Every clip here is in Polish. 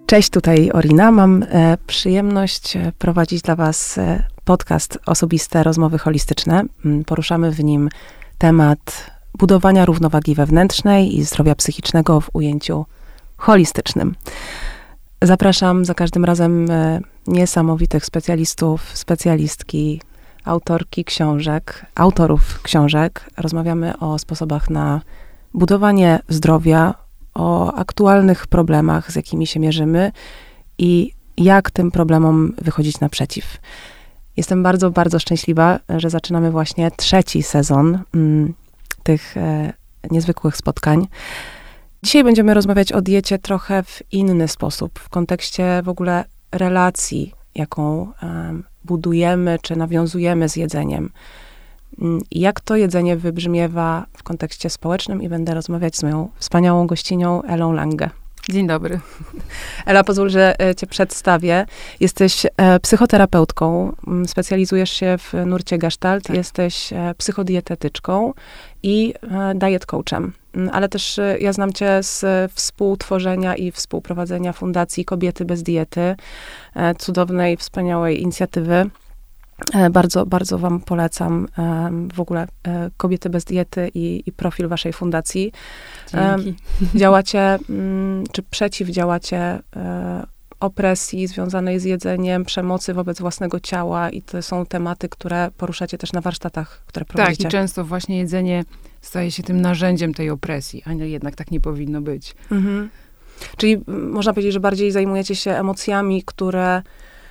Cześć, tutaj Orina. Mam przyjemność prowadzić dla Was podcast Osobiste Rozmowy Holistyczne. Poruszamy w nim temat budowania równowagi wewnętrznej i zdrowia psychicznego w ujęciu holistycznym. Zapraszam za każdym razem niesamowitych specjalistów, specjalistki, autorki książek, autorów książek. Rozmawiamy o sposobach na budowanie zdrowia, o aktualnych problemach, z jakimi się mierzymy i jak tym problemom wychodzić naprzeciw. Jestem bardzo, bardzo szczęśliwa, że zaczynamy właśnie 3. sezon tych niezwykłych spotkań. Dzisiaj będziemy rozmawiać o diecie trochę w inny sposób, w kontekście w ogóle relacji, jaką budujemy czy nawiązujemy z jedzeniem. I jak to jedzenie wybrzmiewa w kontekście społecznym i będę rozmawiać z moją wspaniałą gościnią Elą Lange. Dzień dobry. Ela, pozwól, że cię przedstawię. Jesteś psychoterapeutką, specjalizujesz się w nurcie gestalt, tak. Jesteś psychodietetyczką i diet coachem. Ale też ja znam cię z współtworzenia i współprowadzenia Fundacji Kobiety bez diety, cudownej, wspaniałej inicjatywy. Bardzo, bardzo wam polecam w ogóle Kobiety bez diety i profil waszej fundacji. Dzięki. Działacie, czy przeciwdziałacie opresji związanej z jedzeniem, przemocy wobec własnego ciała i to są tematy, które poruszacie też na warsztatach, które prowadzicie. Tak, i często właśnie jedzenie staje się tym narzędziem tej opresji, a jednak tak nie powinno być. Mhm. Czyli można powiedzieć, że bardziej zajmujecie się emocjami, które...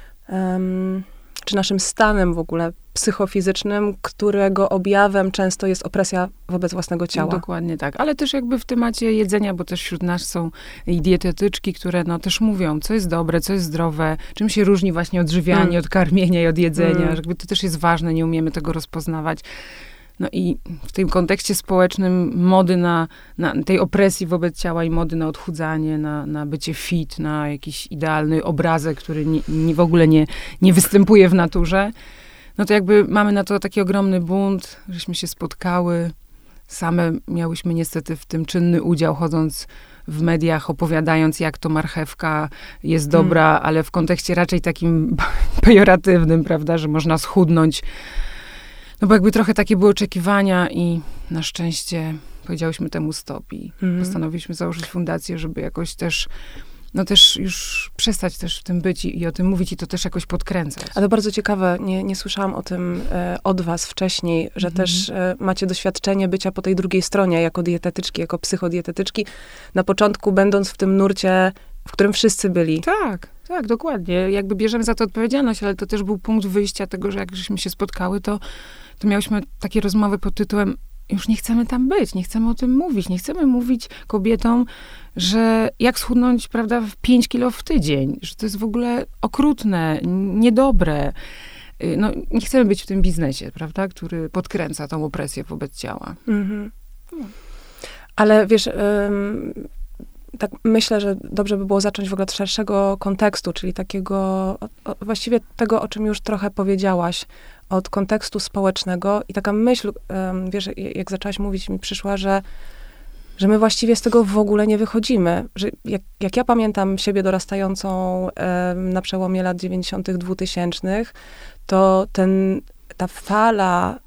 czy naszym stanem w ogóle psychofizycznym, którego objawem często jest opresja wobec własnego ciała. Dokładnie tak, ale też jakby w temacie jedzenia, bo też wśród nas są i dietetyczki, które no też mówią, co jest dobre, co jest zdrowe, czym się różni właśnie odżywianie, od karmienia i od jedzenia, że jakby to też jest ważne, nie umiemy tego rozpoznawać. No i w tym kontekście społecznym mody na tej opresji wobec ciała i mody na odchudzanie, na bycie fit, na jakiś idealny obrazek, który w ogóle nie występuje w naturze, no to jakby mamy na to taki ogromny bunt, żeśmy się spotkały, same miałyśmy niestety w tym czynny udział, chodząc w mediach, opowiadając, jak to marchewka jest dobra, ale w kontekście raczej takim pejoratywnym, prawda, że można schudnąć. No bo jakby trochę takie były oczekiwania i na szczęście powiedziałyśmy temu stop i postanowiliśmy założyć fundację, żeby jakoś też, no też już przestać też w tym być i o tym mówić i to też jakoś podkręcać. A to bardzo ciekawe, nie słyszałam o tym od was wcześniej, że też macie doświadczenie bycia po tej drugiej stronie, jako dietetyczki, jako psychodietetyczki, na początku będąc w tym nurcie, w którym wszyscy byli. Tak, dokładnie. Jakby bierzemy za to odpowiedzialność, ale to też był punkt wyjścia tego, że jak żeśmy się spotkały, to miałyśmy takie rozmowy pod tytułem już nie chcemy tam być, nie chcemy o tym mówić, nie chcemy mówić kobietom, że jak schudnąć, prawda, w 5 kilo w tydzień, że to jest w ogóle okrutne, niedobre. No, nie chcemy być w tym biznesie, prawda, który podkręca tą opresję wobec ciała. Ale wiesz... Tak myślę, że dobrze by było zacząć w ogóle od szerszego kontekstu, czyli takiego, właściwie tego, o czym już trochę powiedziałaś, od kontekstu społecznego. I taka myśl, wiesz, jak zaczęłaś mówić, mi przyszła, że my właściwie z tego w ogóle nie wychodzimy. Że jak ja pamiętam siebie dorastającą na przełomie lat 90., 2000, to ta fala...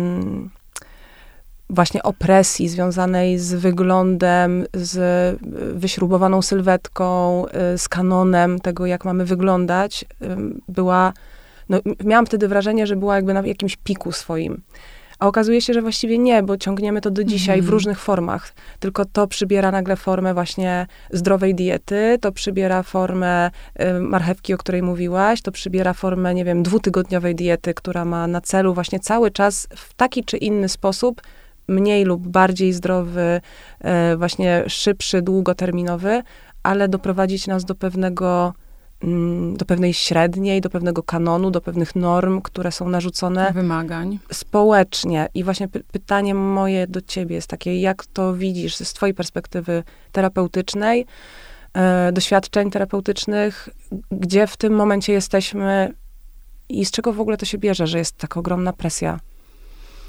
właśnie opresji związanej z wyglądem, z wyśrubowaną sylwetką, z kanonem tego, jak mamy wyglądać, była, no, miałam wtedy wrażenie, że była jakby na jakimś piku swoim. A okazuje się, że właściwie nie, bo ciągniemy to do dzisiaj w różnych formach. Tylko to przybiera nagle formę właśnie zdrowej diety, to przybiera formę marchewki, o której mówiłaś, to przybiera formę, nie wiem, 2-tygodniowej diety, która ma na celu właśnie cały czas w taki czy inny sposób mniej lub bardziej zdrowy, właśnie szybszy, długoterminowy, ale doprowadzić nas do pewnej średniej, do pewnego kanonu, do pewnych norm, które są narzucone. Wymagań. Społecznie. I właśnie pytanie moje do ciebie jest takie, jak to widzisz z twojej perspektywy terapeutycznej, doświadczeń terapeutycznych, gdzie w tym momencie jesteśmy i z czego w ogóle to się bierze, że jest taka ogromna presja?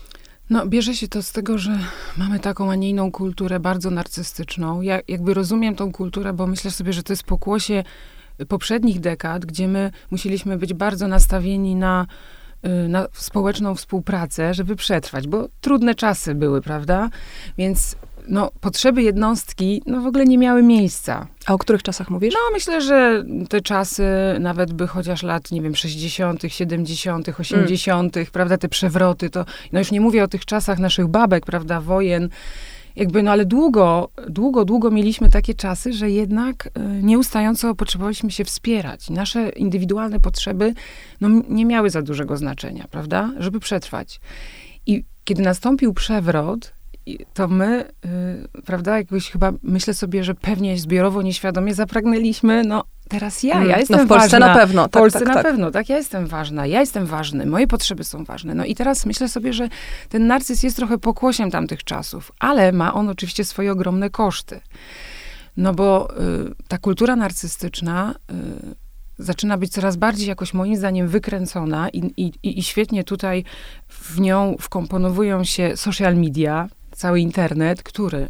No, bierze się to z tego, że mamy taką, a nie inną kulturę bardzo narcystyczną. Ja jakby rozumiem tą kulturę, bo myślę sobie, że to jest pokłosie poprzednich dekad, gdzie my musieliśmy być bardzo nastawieni na społeczną współpracę, żeby przetrwać, bo trudne czasy były, prawda? Więc potrzeby jednostki w ogóle nie miały miejsca. A o których czasach mówisz? No, myślę, że te czasy nawet by chociaż lat, nie wiem, 60., 70., 80., prawda, te przewroty, to już nie mówię o tych czasach naszych babek, prawda, wojen, ale długo mieliśmy takie czasy, że jednak nieustająco potrzebowaliśmy się wspierać. Nasze indywidualne potrzeby, nie miały za dużego znaczenia, prawda, żeby przetrwać. I kiedy nastąpił przewrot, to my, prawda, jakoś chyba myślę sobie, że pewnie zbiorowo, nieświadomie zapragnęliśmy, teraz ja jestem w Polsce ważna. na pewno. W Polsce na pewno, tak, ja jestem ważna, ja jestem ważny, moje potrzeby są ważne. I teraz myślę sobie, że ten narcyz jest trochę pokłosiem tamtych czasów, ale ma on oczywiście swoje ogromne koszty. Bo ta kultura narcystyczna zaczyna być coraz bardziej jakoś moim zdaniem wykręcona i świetnie tutaj w nią wkomponowują się social media, cały internet, który,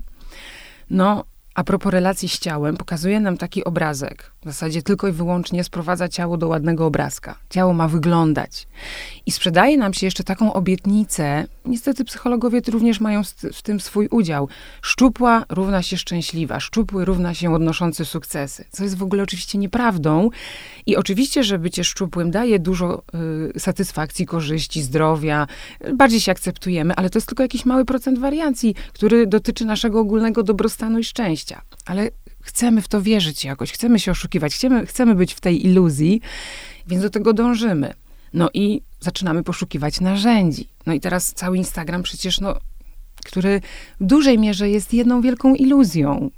a propos relacji z ciałem, pokazuje nam taki obrazek. W zasadzie tylko i wyłącznie sprowadza ciało do ładnego obrazka. Ciało ma wyglądać. I sprzedaje nam się jeszcze taką obietnicę, niestety psychologowie również mają w tym swój udział. Szczupła równa się szczęśliwa, szczupły równa się odnoszący sukcesy. Co jest w ogóle oczywiście nieprawdą. I oczywiście, że bycie szczupłym daje dużo satysfakcji, korzyści, zdrowia. Bardziej się akceptujemy, ale to jest tylko jakiś mały procent wariacji, który dotyczy naszego ogólnego dobrostanu i szczęścia. Ale chcemy w to wierzyć jakoś, chcemy się oszukiwać, chcemy być w tej iluzji, więc do tego dążymy. I zaczynamy poszukiwać narzędzi. I teraz cały Instagram przecież, który w dużej mierze jest jedną wielką iluzją.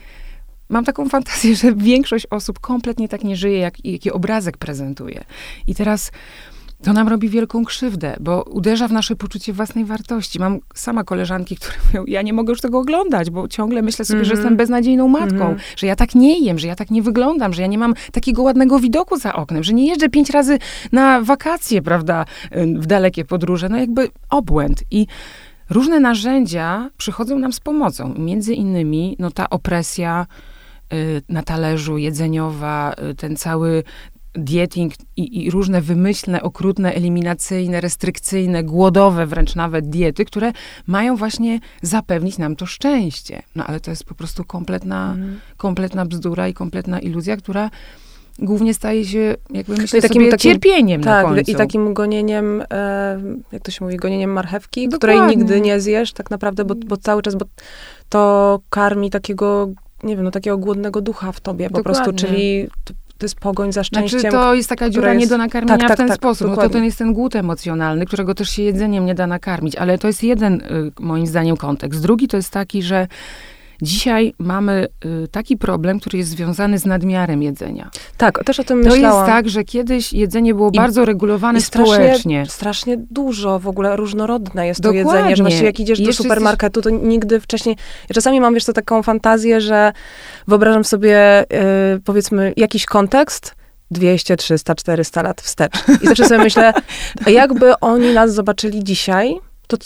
Mam taką fantazję, że większość osób kompletnie tak nie żyje, jaki obrazek prezentuje. I teraz to nam robi wielką krzywdę, bo uderza w nasze poczucie własnej wartości. Mam sama koleżanki, które mówią, ja nie mogę już tego oglądać, bo ciągle myślę sobie, że jestem beznadziejną matką, że ja tak nie jem, że ja tak nie wyglądam, że ja nie mam takiego ładnego widoku za oknem, że nie jeżdżę 5 razy na wakacje, prawda, w dalekie podróże. Jakby obłęd. I różne narzędzia przychodzą nam z pomocą. Między innymi, ta opresja na talerzu, jedzeniowa, ten cały dieting i różne wymyślne, okrutne, eliminacyjne, restrykcyjne, głodowe wręcz nawet diety, które mają właśnie zapewnić nam to szczęście. Ale to jest po prostu kompletna bzdura i kompletna iluzja, która głównie staje się, jakby myślę takim cierpieniem na końcu. I takim gonieniem, jak to się mówi, gonieniem marchewki, której nigdy nie zjesz tak naprawdę, bo cały czas, bo to karmi takiego, nie wiem, takiego głodnego ducha w tobie po prostu, czyli to jest pogoń za szczęściem. Znaczy to jest taka dziura nie do nakarmienia w ten sposób. To jest ten głód emocjonalny, którego też się jedzeniem nie da nakarmić. Ale to jest jeden, moim zdaniem, kontekst. Drugi to jest taki, że dzisiaj mamy taki problem, który jest związany z nadmiarem jedzenia. Tak, też o tym myślałam. To jest tak, że kiedyś jedzenie było bardzo regulowane społecznie. Strasznie dużo, w ogóle różnorodne jest to jedzenie, że właściwie jak idziesz do supermarketu, to nigdy wcześniej... Ja czasami mam, taką fantazję, że wyobrażam sobie, powiedzmy, jakiś kontekst, 200, 300, 400 lat wstecz. I zawsze sobie myślę, a jakby oni nas zobaczyli dzisiaj, to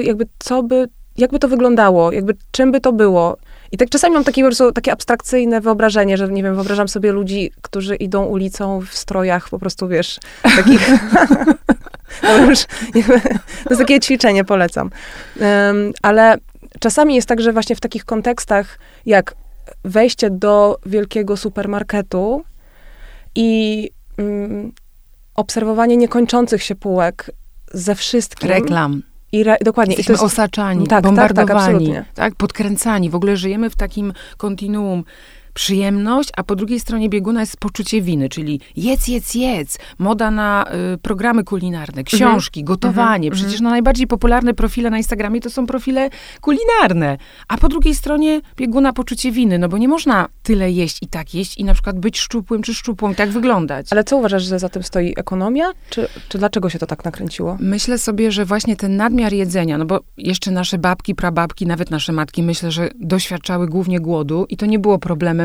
jakby to wyglądało, czym by to było. I tak czasami mam po prostu takie abstrakcyjne wyobrażenie, że nie wiem, wyobrażam sobie ludzi, którzy idą ulicą w strojach, po prostu wiesz, takich... To jest takie ćwiczenie, polecam. Ale czasami jest tak, że właśnie w takich kontekstach, jak wejście do wielkiego supermarketu i obserwowanie niekończących się półek ze wszystkim. Reklam. Dokładnie. Jesteśmy osaczani, bombardowani, tak, podkręcani. W ogóle żyjemy w takim kontinuum. Przyjemność, a po drugiej stronie bieguna jest poczucie winy, czyli jedz. Moda na programy kulinarne, książki, gotowanie. Przecież najbardziej popularne profile na Instagramie to są profile kulinarne. A po drugiej stronie bieguna poczucie winy, bo nie można tyle jeść i na przykład być szczupłym czy szczupłą i tak wyglądać. Ale co uważasz, że za tym stoi ekonomia? Czy dlaczego się to tak nakręciło? Myślę sobie, że właśnie ten nadmiar jedzenia, bo jeszcze nasze babki, prababki, nawet nasze matki, myślę, że doświadczały głównie głodu i to nie było problemem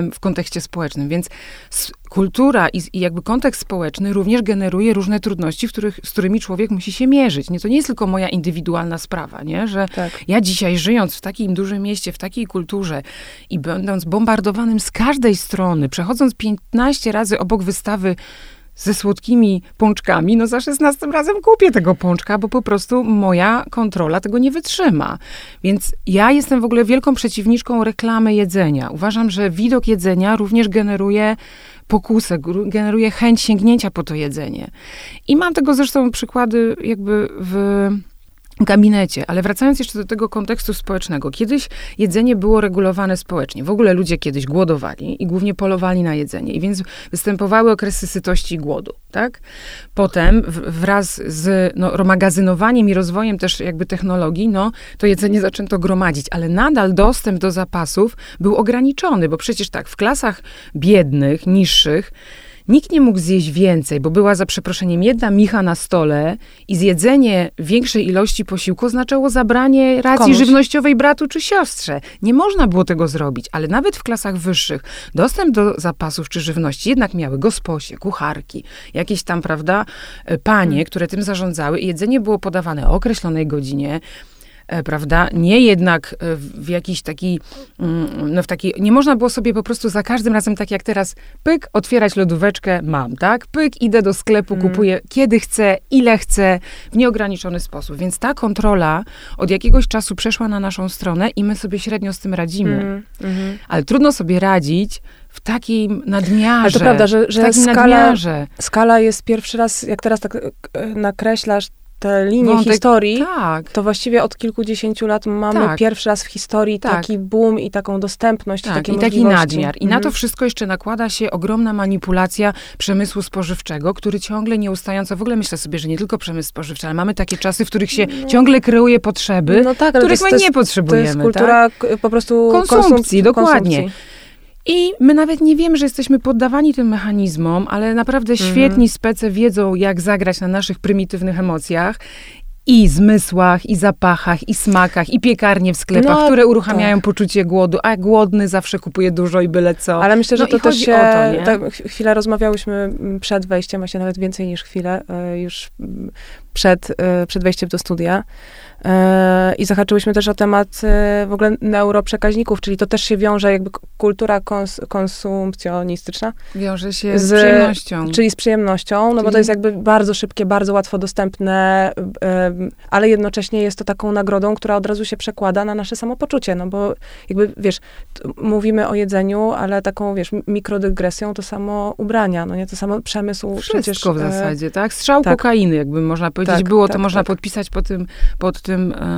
w kontekście społecznym. Więc kultura i jakby kontekst społeczny również generuje różne trudności, z którymi człowiek musi się mierzyć. Nie, to nie jest tylko moja indywidualna sprawa, nie? Że ja dzisiaj żyjąc w takim dużym mieście, w takiej kulturze i będąc bombardowanym z każdej strony, przechodząc 15 razy obok wystawy ze słodkimi pączkami, no za 16 razem kupię tego pączka, bo po prostu moja kontrola tego nie wytrzyma. Więc ja jestem w ogóle wielką przeciwniczką reklamy jedzenia. Uważam, że widok jedzenia również generuje pokusę, generuje chęć sięgnięcia po to jedzenie. I mam tego zresztą przykłady jakby w gabinecie, ale wracając jeszcze do tego kontekstu społecznego. Kiedyś jedzenie było regulowane społecznie. W ogóle ludzie kiedyś głodowali i głównie polowali na jedzenie. I więc występowały okresy sytości i głodu, tak? Potem wraz z magazynowaniem i rozwojem też jakby technologii, to jedzenie zaczęto gromadzić, ale nadal dostęp do zapasów był ograniczony, bo przecież tak, w klasach biednych, niższych, nikt nie mógł zjeść więcej, bo była za przeproszeniem jedna micha na stole i zjedzenie większej ilości posiłku oznaczało zabranie racji żywnościowej bratu czy siostrze. Nie można było tego zrobić, ale nawet w klasach wyższych dostęp do zapasów czy żywności jednak miały gosposie, kucharki, jakieś tam, prawda, panie, które tym zarządzały i jedzenie było podawane o określonej godzinie, prawda, nie jednak w jakiś taki, nie można było sobie po prostu za każdym razem, tak jak teraz, pyk, otwierać lodóweczkę, mam, tak, pyk, idę do sklepu, kupuję kiedy chcę, ile chcę, w nieograniczony sposób. Więc ta kontrola od jakiegoś czasu przeszła na naszą stronę i my sobie średnio z tym radzimy. Ale trudno sobie radzić w takim nadmiarze. Ale to prawda, że skala jest pierwszy raz, jak teraz tak nakreślasz te linie historii, to właściwie od kilkudziesięciu lat mamy pierwszy raz w historii taki boom i taką dostępność, takie i możliwości. Taki nadmiar. I na to wszystko jeszcze nakłada się ogromna manipulacja przemysłu spożywczego, który ciągle nieustająco, w ogóle myślę sobie, że nie tylko przemysł spożywczy, ale mamy takie czasy, w których się ciągle kreuje potrzeby, których my nie potrzebujemy. To jest kultura po prostu konsumpcji, dokładnie. I my nawet nie wiemy, że jesteśmy poddawani tym mechanizmom, ale naprawdę świetni spece wiedzą, jak zagrać na naszych prymitywnych emocjach i zmysłach, i zapachach, i smakach, i piekarnie w sklepach, które uruchamiają poczucie głodu, a głodny zawsze kupuje dużo i byle co. Ale myślę, że to też się... chwilę rozmawiałyśmy przed wejściem, właśnie nawet więcej niż chwilę, już przed wejściem do studia. I zahaczyłyśmy też o temat w ogóle neuroprzekaźników, czyli to też się wiąże jakby kultura konsumpcjonistyczna. Wiąże się z przyjemnością. Czyli z przyjemnością, bo to jest jakby bardzo szybkie, bardzo łatwo dostępne, ale jednocześnie jest to taką nagrodą, która od razu się przekłada na nasze samopoczucie, bo jakby, wiesz, mówimy o jedzeniu, ale taką, wiesz, mikrodygresją to samo ubrania, nie? To samo przemysł. Wszystko przecież, w zasadzie, tak? Strzał kokainy, jakby można powiedzieć, to można podpisać pod tym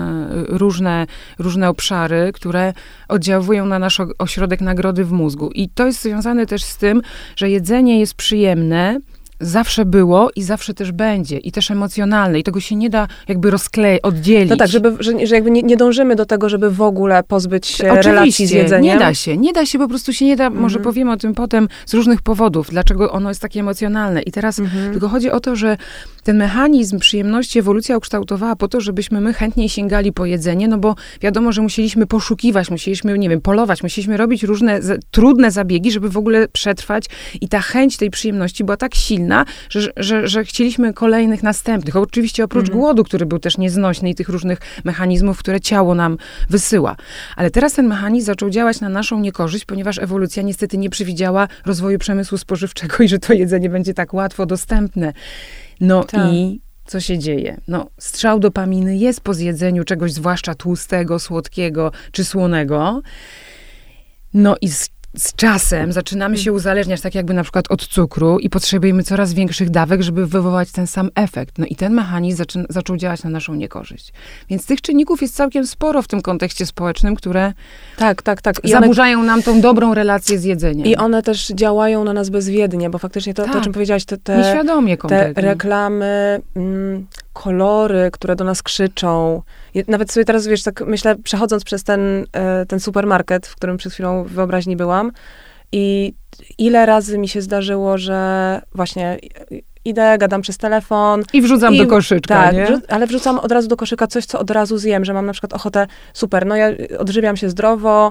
różne obszary, które oddziałują na nasz ośrodek nagrody w mózgu. I to jest związane też z tym, że jedzenie jest przyjemne, zawsze było i zawsze też będzie. I też emocjonalne. I tego się nie da jakby oddzielić. No tak, że jakby nie dążymy do tego, żeby w ogóle pozbyć się relacji z jedzeniem. Nie da się, po prostu się nie da. Może powiemy o tym potem z różnych powodów, dlaczego ono jest takie emocjonalne. I teraz tylko chodzi o to, że ten mechanizm przyjemności ewolucja ukształtowała po to, żebyśmy my chętniej sięgali po jedzenie, bo wiadomo, że musieliśmy poszukiwać, musieliśmy, nie wiem, polować, musieliśmy robić różne trudne zabiegi, żeby w ogóle przetrwać. I ta chęć tej przyjemności była tak silna, że chcieliśmy kolejnych następnych. Oczywiście oprócz głodu, który był też nieznośny i tych różnych mechanizmów, które ciało nam wysyła. Ale teraz ten mechanizm zaczął działać na naszą niekorzyść, ponieważ ewolucja niestety nie przewidziała rozwoju przemysłu spożywczego i że to jedzenie będzie tak łatwo dostępne. I co się dzieje? Strzał dopaminy jest po zjedzeniu czegoś, zwłaszcza tłustego, słodkiego czy słonego. I z czasem zaczynamy się uzależniać, tak jakby na przykład od cukru i potrzebujemy coraz większych dawek, żeby wywołać ten sam efekt. I ten mechanizm zaczął działać na naszą niekorzyść. Więc tych czynników jest całkiem sporo w tym kontekście społecznym, które zaburzają nam tą dobrą relację z jedzeniem. I one też działają na nas bezwiednie, bo faktycznie to o czym powiedziałaś, nieświadomie kompletnie. Te reklamy, kolory, które do nas krzyczą. Nawet sobie teraz, wiesz, tak myślę, przechodząc przez ten supermarket, w którym przed chwilą w wyobraźni byłam i ile razy mi się zdarzyło, że właśnie idę, gadam przez telefon. I wrzucam do koszyczka, nie? Ale wrzucam od razu do koszyka coś, co od razu zjem, że mam na przykład ochotę, super, ja odżywiam się zdrowo,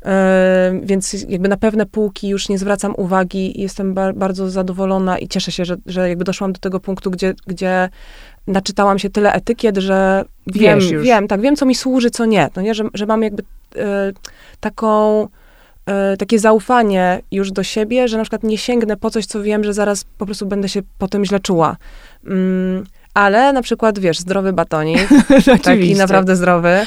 Więc jakby na pewne półki już nie zwracam uwagi i jestem bardzo zadowolona i cieszę się, że jakby doszłam do tego punktu, gdzie naczytałam się tyle etykiet, że wiem, co mi służy, co nie. No nie? Że mam jakby takie zaufanie już do siebie, że na przykład nie sięgnę po coś, co wiem, że zaraz po prostu będę się potem źle czuła. Ale na przykład, zdrowy batonik, taki naprawdę zdrowy.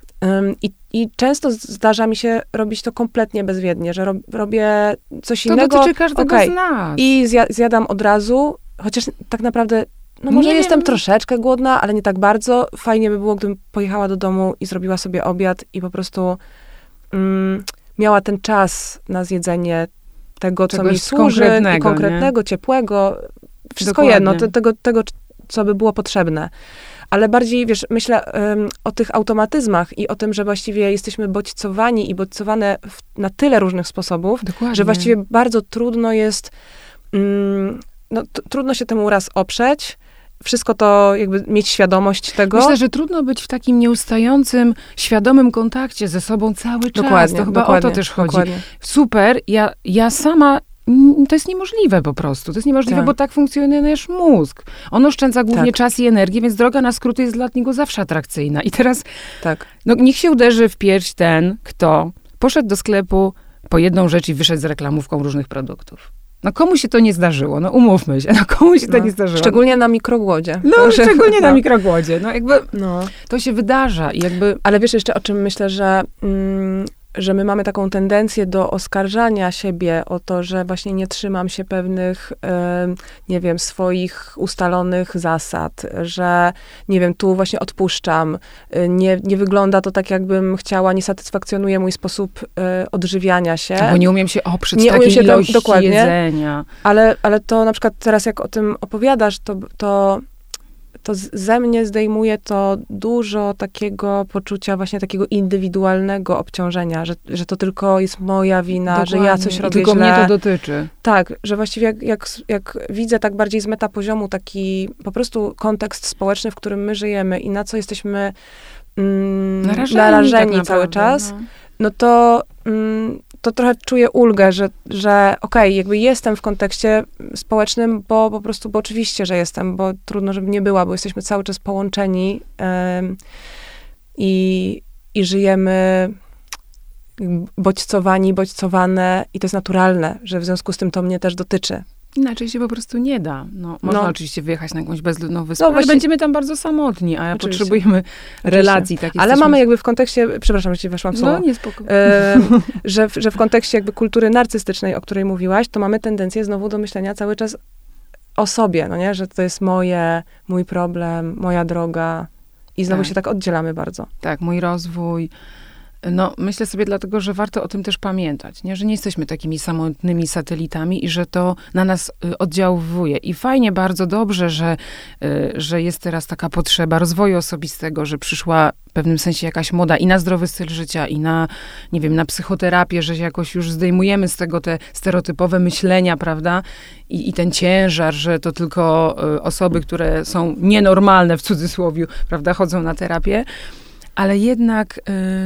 I często zdarza mi się robić to kompletnie bezwiednie, że robię coś innego. To dotyczy każdego z nas. I zjadam od razu, chociaż tak naprawdę, może jestem troszeczkę głodna, ale nie tak bardzo. Fajnie by było, gdybym pojechała do domu i zrobiła sobie obiad i po prostu miała ten czas na zjedzenie tego, co mi służy, konkretnego, ciepłego. Wszystko jedno, tego, co by było potrzebne. Ale bardziej, myślę o tych automatyzmach i o tym, że właściwie jesteśmy bodźcowani i bodźcowane na tyle różnych sposobów, że właściwie bardzo trudno jest, trudno się temu raz oprzeć, wszystko to jakby mieć świadomość tego. Myślę, że trudno być w takim nieustającym, świadomym kontakcie ze sobą cały czas. To chyba o to też chodzi. Dokładnie. Super, ja sama... To jest niemożliwe po prostu. To jest niemożliwe, bo tak funkcjonuje nasz mózg. On oszczędza głównie czas i energię, więc droga na skróty jest dla niego zawsze atrakcyjna. I teraz niech się uderzy w pierś ten, kto poszedł do sklepu po jedną rzecz i wyszedł z reklamówką różnych produktów. Komu się to nie zdarzyło? Umówmy się. Komu się to nie zdarzyło? Szczególnie na mikrogłodzie. Szczególnie na mikrogłodzie. To się wydarza. Ale wiesz jeszcze, o czym myślę, że my mamy taką tendencję do oskarżania siebie o to, że właśnie nie trzymam się pewnych, swoich ustalonych zasad, że, tu właśnie odpuszczam, nie wygląda to tak, jakbym chciała, nie satysfakcjonuje mój sposób odżywiania się. Bo nie umiem się oprzeć takiej ilości jedzenia. Ale to na przykład teraz, jak o tym opowiadasz, to ze mnie zdejmuje to dużo takiego poczucia właśnie takiego indywidualnego obciążenia, że to tylko jest moja wina, dokładnie, że ja coś robię tylko źle. Mnie to dotyczy. Tak, że właściwie jak widzę tak bardziej z metapoziomu taki po prostu kontekst społeczny, w którym my żyjemy i na co jesteśmy narażeni tak cały czas, to trochę czuję ulgę, że okej, jakby jestem w kontekście społecznym, bo po prostu, bo oczywiście, że jestem, bo trudno, żeby nie była, bo jesteśmy cały czas połączeni i żyjemy bodźcowane i to jest naturalne, że w związku z tym to mnie też dotyczy. Inaczej się po prostu nie da. Można oczywiście wyjechać na jakąś bezludną wyspę, ale będziemy tam bardzo samotni, a potrzebujemy relacji. Ale mamy jakby w kontekście, przepraszam, że ci weszłam w słowo. Nie, spoko. Że w kontekście jakby kultury narcystycznej, o której mówiłaś, to mamy tendencję znowu do myślenia cały czas o sobie, że to jest mój problem, moja droga i znowu się tak oddzielamy bardzo. Tak, mój rozwój. Myślę sobie dlatego, że warto o tym też pamiętać, że nie jesteśmy takimi samotnymi satelitami i że to na nas oddziałuje. I fajnie, bardzo dobrze, że jest teraz taka potrzeba rozwoju osobistego, że przyszła w pewnym sensie jakaś moda i na zdrowy styl życia, i na, na psychoterapię, że jakoś już zdejmujemy z tego te stereotypowe myślenia, prawda? I ten ciężar, że to tylko osoby, które są nienormalne, w cudzysłowie, prawda, chodzą na terapię. Ale jednak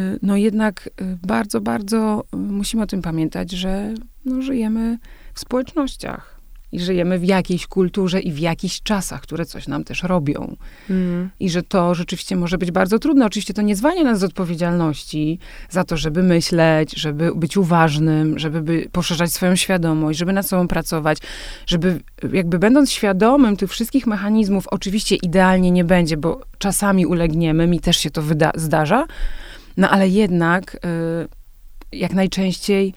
bardzo, bardzo musimy o tym pamiętać, że żyjemy w społecznościach i żyjemy w jakiejś kulturze i w jakichś czasach, które coś nam też robią. I że to rzeczywiście może być bardzo trudne. Oczywiście to nie zwalnia nas z odpowiedzialności za to, żeby myśleć, żeby być uważnym, żeby poszerzać swoją świadomość, żeby nad sobą pracować, żeby jakby będąc świadomym tych wszystkich mechanizmów, oczywiście idealnie nie będzie, bo czasami ulegniemy, mi też się to zdarza, ale jednak jak najczęściej,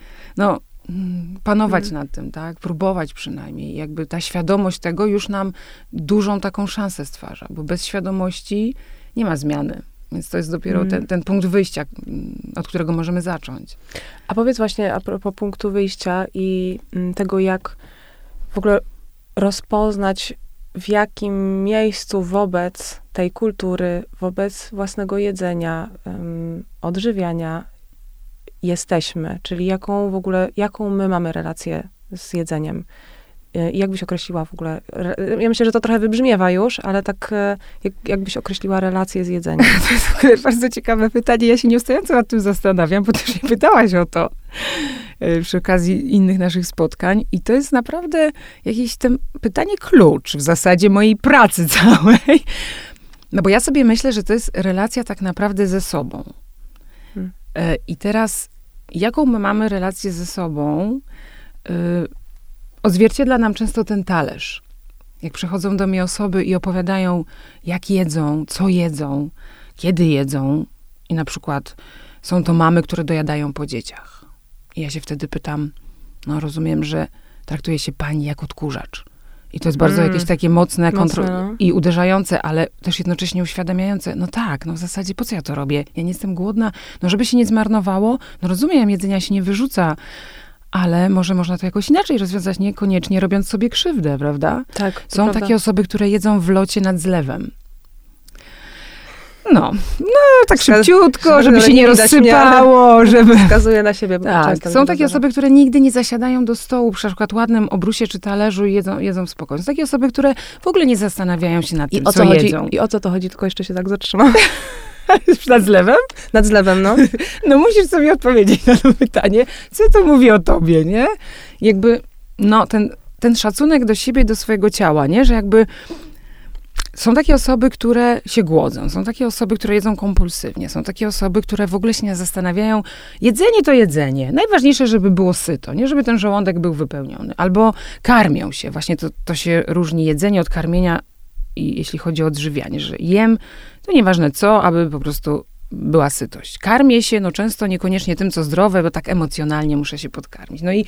panować nad tym, tak? Próbować przynajmniej. Jakby ta świadomość tego już nam dużą taką szansę stwarza, bo bez świadomości nie ma zmiany. Więc to jest dopiero ten punkt wyjścia, od którego możemy zacząć. A powiedz właśnie a propos punktu wyjścia i tego, jak w ogóle rozpoznać, w jakim miejscu wobec tej kultury, wobec własnego jedzenia, odżywiania jesteśmy, czyli jaką my mamy relację z jedzeniem. Jak byś określiła w ogóle? Ja myślę, że to trochę wybrzmiewa już, ale tak jak byś określiła relację z jedzeniem? To jest w ogóle bardzo ciekawe pytanie. Ja się nieustająco nad tym zastanawiam, bo też mnie pytałaś o to przy okazji innych naszych spotkań. I to jest naprawdę jakieś pytanie klucz w zasadzie mojej pracy całej. No bo ja sobie myślę, że to jest relacja tak naprawdę ze sobą. I teraz, jaką my mamy relację ze sobą, odzwierciedla nam często ten talerz. Jak przychodzą do mnie osoby i opowiadają, jak jedzą, co jedzą, kiedy jedzą. I na przykład są to mamy, które dojadają po dzieciach. I ja się wtedy pytam, no rozumiem, że traktuje się pani jak odkurzacz. I to jest bardzo jakieś takie mocne i uderzające, ale też jednocześnie uświadamiające. No tak, no w zasadzie po co ja to robię? Ja nie jestem głodna. No żeby się nie zmarnowało, no rozumiem, jedzenia się nie wyrzuca. Ale może można to jakoś inaczej rozwiązać, niekoniecznie robiąc sobie krzywdę, prawda? Tak. Są prawda. takie osoby, które jedzą w locie nad zlewem. No tak szybciutko, żeby się nie rozsypało, żeby... Wskazuje na siebie. Tak, są takie osoby, które nigdy nie zasiadają do stołu, przy przykład ładnym obrusie czy talerzu i jedzą w spokoju. Są takie osoby, które w ogóle nie zastanawiają się nad tym, co jedzą. I o co to chodzi? Tylko jeszcze się tak zatrzymam. Nad zlewem? Nad zlewem, no. No musisz sobie odpowiedzieć na to pytanie, co to mówi o tobie, nie? Jakby, no ten szacunek do siebie, do swojego ciała, nie? Że jakby są takie osoby, które się głodzą, są takie osoby, które jedzą kompulsywnie, są takie osoby, które w ogóle się nie zastanawiają. Jedzenie to jedzenie. Najważniejsze, żeby było syto, nie? Żeby ten żołądek był wypełniony. Albo karmią się. Właśnie to się różni jedzenie od karmienia, i jeśli chodzi o odżywianie, że jem, to nieważne co, aby po prostu była sytość. Karmię się, no często niekoniecznie tym, co zdrowe, bo tak emocjonalnie muszę się podkarmić. No i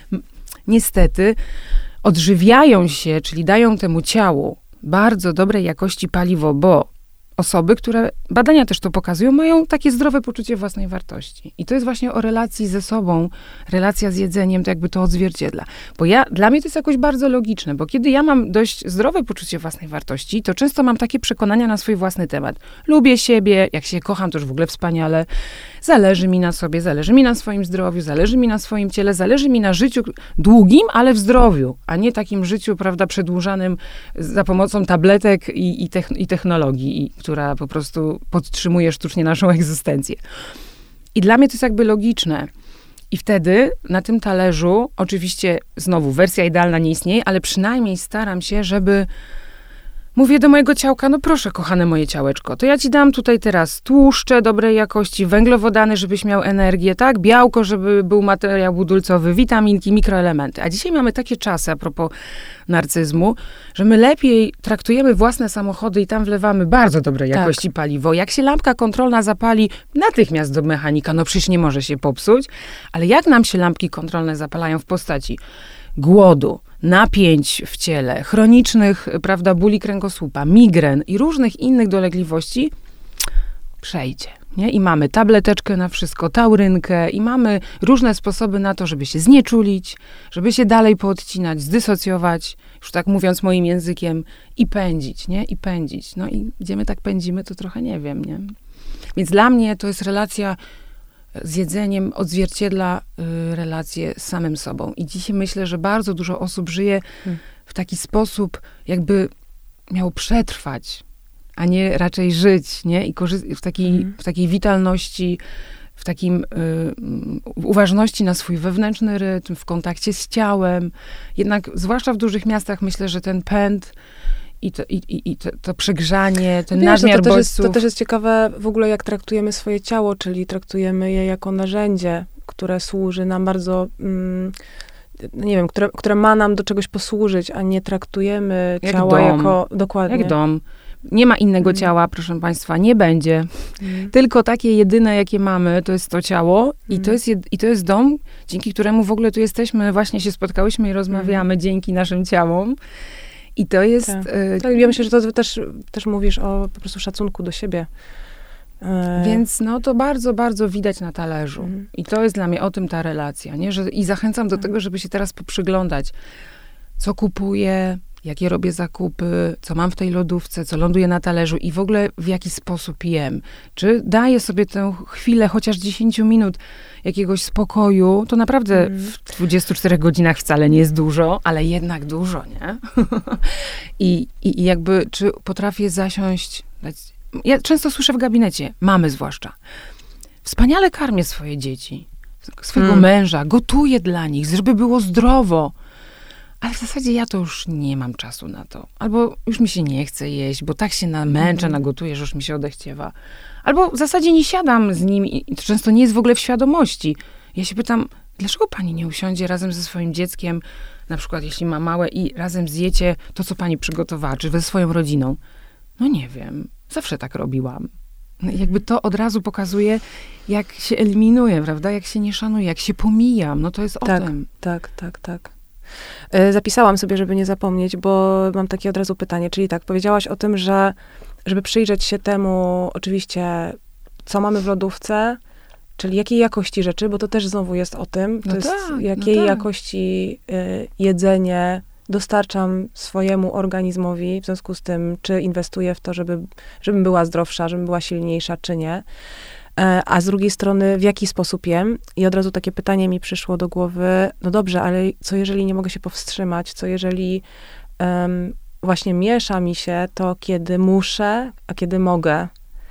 niestety odżywiają się, czyli dają temu ciału bardzo dobrej jakości paliwo, bo osoby, które, badania też to pokazują, mają takie zdrowe poczucie własnej wartości. I to jest właśnie o relacji ze sobą, relacja z jedzeniem, to jakby to odzwierciedla. Bo dla mnie to jest jakoś bardzo logiczne, bo kiedy ja mam dość zdrowe poczucie własnej wartości, to często mam takie przekonania na swój własny temat. Lubię siebie, jak się kocham, to już w ogóle wspaniale. Zależy mi na sobie, zależy mi na swoim zdrowiu, zależy mi na swoim ciele, zależy mi na życiu długim, ale w zdrowiu, a nie takim życiu, prawda, przedłużanym za pomocą tabletek i technologii, która po prostu podtrzymuje sztucznie naszą egzystencję. I dla mnie to jest jakby logiczne. I wtedy na tym talerzu, oczywiście znowu wersja idealna nie istnieje, ale przynajmniej staram się, żeby mówię do mojego ciałka, no proszę, kochane moje ciałeczko, to ja ci dam tutaj teraz tłuszcze dobrej jakości, węglowodany, żebyś miał energię, tak? Białko, żeby był materiał budulcowy, witaminki, mikroelementy. A dzisiaj mamy takie czasy, a propos narcyzmu, że my lepiej traktujemy własne samochody i tam wlewamy bardzo dobrej jakości paliwo. Jak się lampka kontrolna zapali, natychmiast do mechanika, no przecież nie może się popsuć, ale jak nam się lampki kontrolne zapalają w postaci głodu, napięć w ciele, chronicznych, prawda, bóli kręgosłupa, migren i różnych innych dolegliwości, przejdzie, nie? I mamy tableteczkę na wszystko, taurynkę i mamy różne sposoby na to, żeby się znieczulić, żeby się dalej poodcinać, zdysocjować, już tak mówiąc moim językiem, i pędzić, nie? I pędzić. No i gdzie my tak pędzimy, to trochę nie wiem, nie? Więc dla mnie to jest relacja z jedzeniem, odzwierciedla relacje z samym sobą. I dzisiaj myślę, że bardzo dużo osób żyje w taki sposób, jakby miało przetrwać, a nie raczej żyć, nie? I w takiej witalności, w takim uważności na swój wewnętrzny rytm, w kontakcie z ciałem. Jednak, zwłaszcza w dużych miastach, myślę, że ten pęd i to przegrzanie, ten nadmiar bodźców. To też jest ciekawe w ogóle, jak traktujemy swoje ciało, czyli traktujemy je jako narzędzie, które służy nam bardzo, nie wiem, które ma nam do czegoś posłużyć, a nie traktujemy jak ciała dom. jako, dokładnie. Jak dom. Nie ma innego ciała, proszę państwa, nie będzie. Tylko takie jedyne, jakie mamy, to jest to ciało i to jest dom, dzięki któremu w ogóle tu jesteśmy, właśnie się spotkałyśmy i rozmawiamy dzięki naszym ciałom. I to jest... Tak, ja myślę, że to też mówisz o po prostu szacunku do siebie. Więc no to bardzo, bardzo widać na talerzu. I to jest dla mnie o tym ta relacja, nie? I zachęcam do tego, żeby się teraz poprzyglądać, co kupuję, jakie robię zakupy, co mam w tej lodówce, co ląduje na talerzu i w ogóle w jaki sposób jem. Czy daję sobie tę chwilę, chociaż 10 minut jakiegoś spokoju, to naprawdę 24 godzinach wcale nie jest dużo, ale jednak dużo, nie? I jakby, czy potrafię zasiąść... Ja często słyszę w gabinecie, mamy zwłaszcza, wspaniale karmię swoje dzieci, swojego męża, gotuję dla nich, żeby było zdrowo. Ale w zasadzie ja to już nie mam czasu na to. Albo już mi się nie chce jeść, bo tak się namęczę, nagotuję, że już mi się odechciewa. Albo w zasadzie nie siadam z nim i to często nie jest w ogóle w świadomości. Ja się pytam, dlaczego pani nie usiądzie razem ze swoim dzieckiem, na przykład jeśli ma małe i razem zjecie to, co pani przygotowała, czy ze swoją rodziną? No nie wiem, zawsze tak robiłam. No jakby to od razu pokazuje, jak się eliminuje, prawda? Jak się nie szanuje, jak się pomijam. No to jest o tym. Tak. Zapisałam sobie, żeby nie zapomnieć, bo mam takie od razu pytanie. Czyli tak, powiedziałaś o tym, że żeby przyjrzeć się temu, oczywiście, co mamy w lodówce, czyli jakiej jakości rzeczy, bo to też znowu jest o tym, to jest jakiej jakości jedzenie dostarczam swojemu organizmowi, w związku z tym, czy inwestuję w to, żebym była zdrowsza, żebym była silniejsza, czy nie. A z drugiej strony, w jaki sposób jem? I od razu takie pytanie mi przyszło do głowy, no dobrze, ale co jeżeli nie mogę się powstrzymać? Co jeżeli właśnie miesza mi się to, kiedy muszę, a kiedy mogę?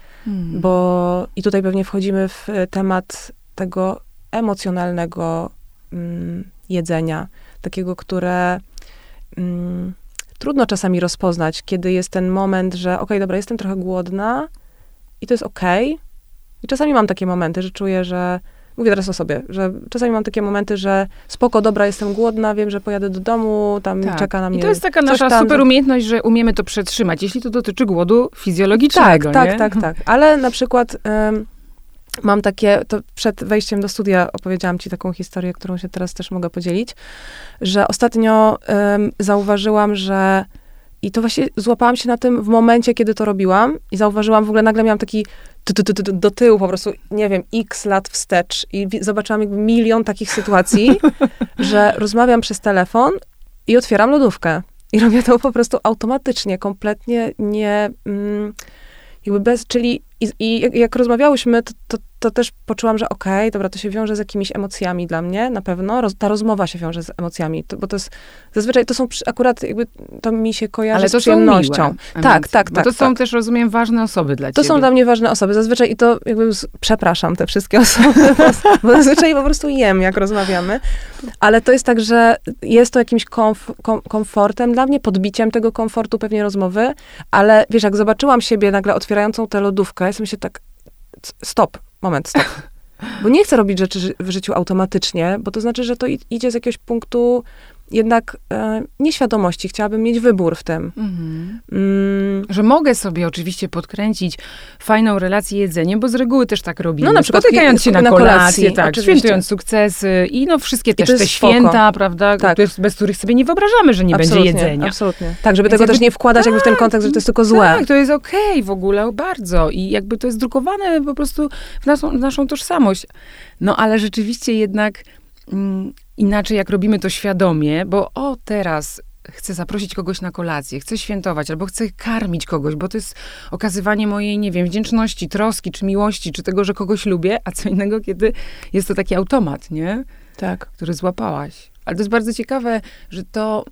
Bo i tutaj pewnie wchodzimy w temat tego emocjonalnego jedzenia, takiego, które trudno czasami rozpoznać, kiedy jest ten moment, że okej, dobra, jestem trochę głodna i to jest okej. I czasami mam takie momenty, że czuję, że, mówię teraz o sobie, że czasami mam takie momenty, że spoko, dobra, jestem głodna, wiem, że pojadę do domu, tam czeka na mnie. I to jest taka nasza super umiejętność, że umiemy to przetrzymać, jeśli to dotyczy głodu fizjologicznego, Tak. Ale na przykład mam takie, to przed wejściem do studia opowiedziałam ci taką historię, którą się teraz też mogę podzielić, że ostatnio zauważyłam, że i to właśnie złapałam się na tym w momencie, kiedy to robiłam i zauważyłam, w ogóle nagle miałam taki do tyłu po prostu, nie wiem, x lat wstecz i zobaczyłam jakby milion takich sytuacji, że rozmawiam przez telefon i otwieram lodówkę. I robię to po prostu automatycznie, kompletnie nie, jakby bez, czyli jak rozmawiałyśmy, to też poczułam, że okej, dobra, to się wiąże z jakimiś emocjami dla mnie, na pewno. Ta rozmowa się wiąże z emocjami, bo to jest, zazwyczaj to są akurat jakby, to mi się kojarzy z przyjemnością. Tak. To są też, rozumiem, ważne osoby dla ciebie. To są dla mnie ważne osoby. Zazwyczaj i to jakby przepraszam te wszystkie osoby, bo zazwyczaj po prostu jem, jak rozmawiamy. Ale to jest tak, że jest to jakimś komfortem dla mnie, podbiciem tego komfortu pewnie rozmowy, ale wiesz, jak zobaczyłam siebie nagle otwierającą tę lodówkę, ja sobie się tak, stop. Bo nie chcę robić rzeczy w życiu automatycznie, bo to znaczy, że to idzie z jakiegoś punktu jednak nieświadomości. Chciałabym mieć wybór w tym. Że mogę sobie oczywiście podkręcić fajną relację jedzeniem, bo z reguły też tak robimy. No na przykład spotykając się na kolację, tak, świętując sukcesy i no wszystkie też te święta, prawda, bez których sobie nie wyobrażamy, że nie będzie jedzenia. Absolutnie. Tak, żeby tego też nie wkładać jakby w ten kontekst, że to jest tylko złe. Tak, to jest okej w ogóle, bardzo. I jakby to jest drukowane po prostu w naszą tożsamość. No ale rzeczywiście jednak inaczej jak robimy to świadomie, bo teraz chcę zaprosić kogoś na kolację, chcę świętować, albo chcę karmić kogoś, bo to jest okazywanie mojej, nie wiem, wdzięczności, troski, czy miłości, czy tego, że kogoś lubię, a co innego, kiedy jest to taki automat, nie? Tak. Który złapałaś. Ale to jest bardzo ciekawe, że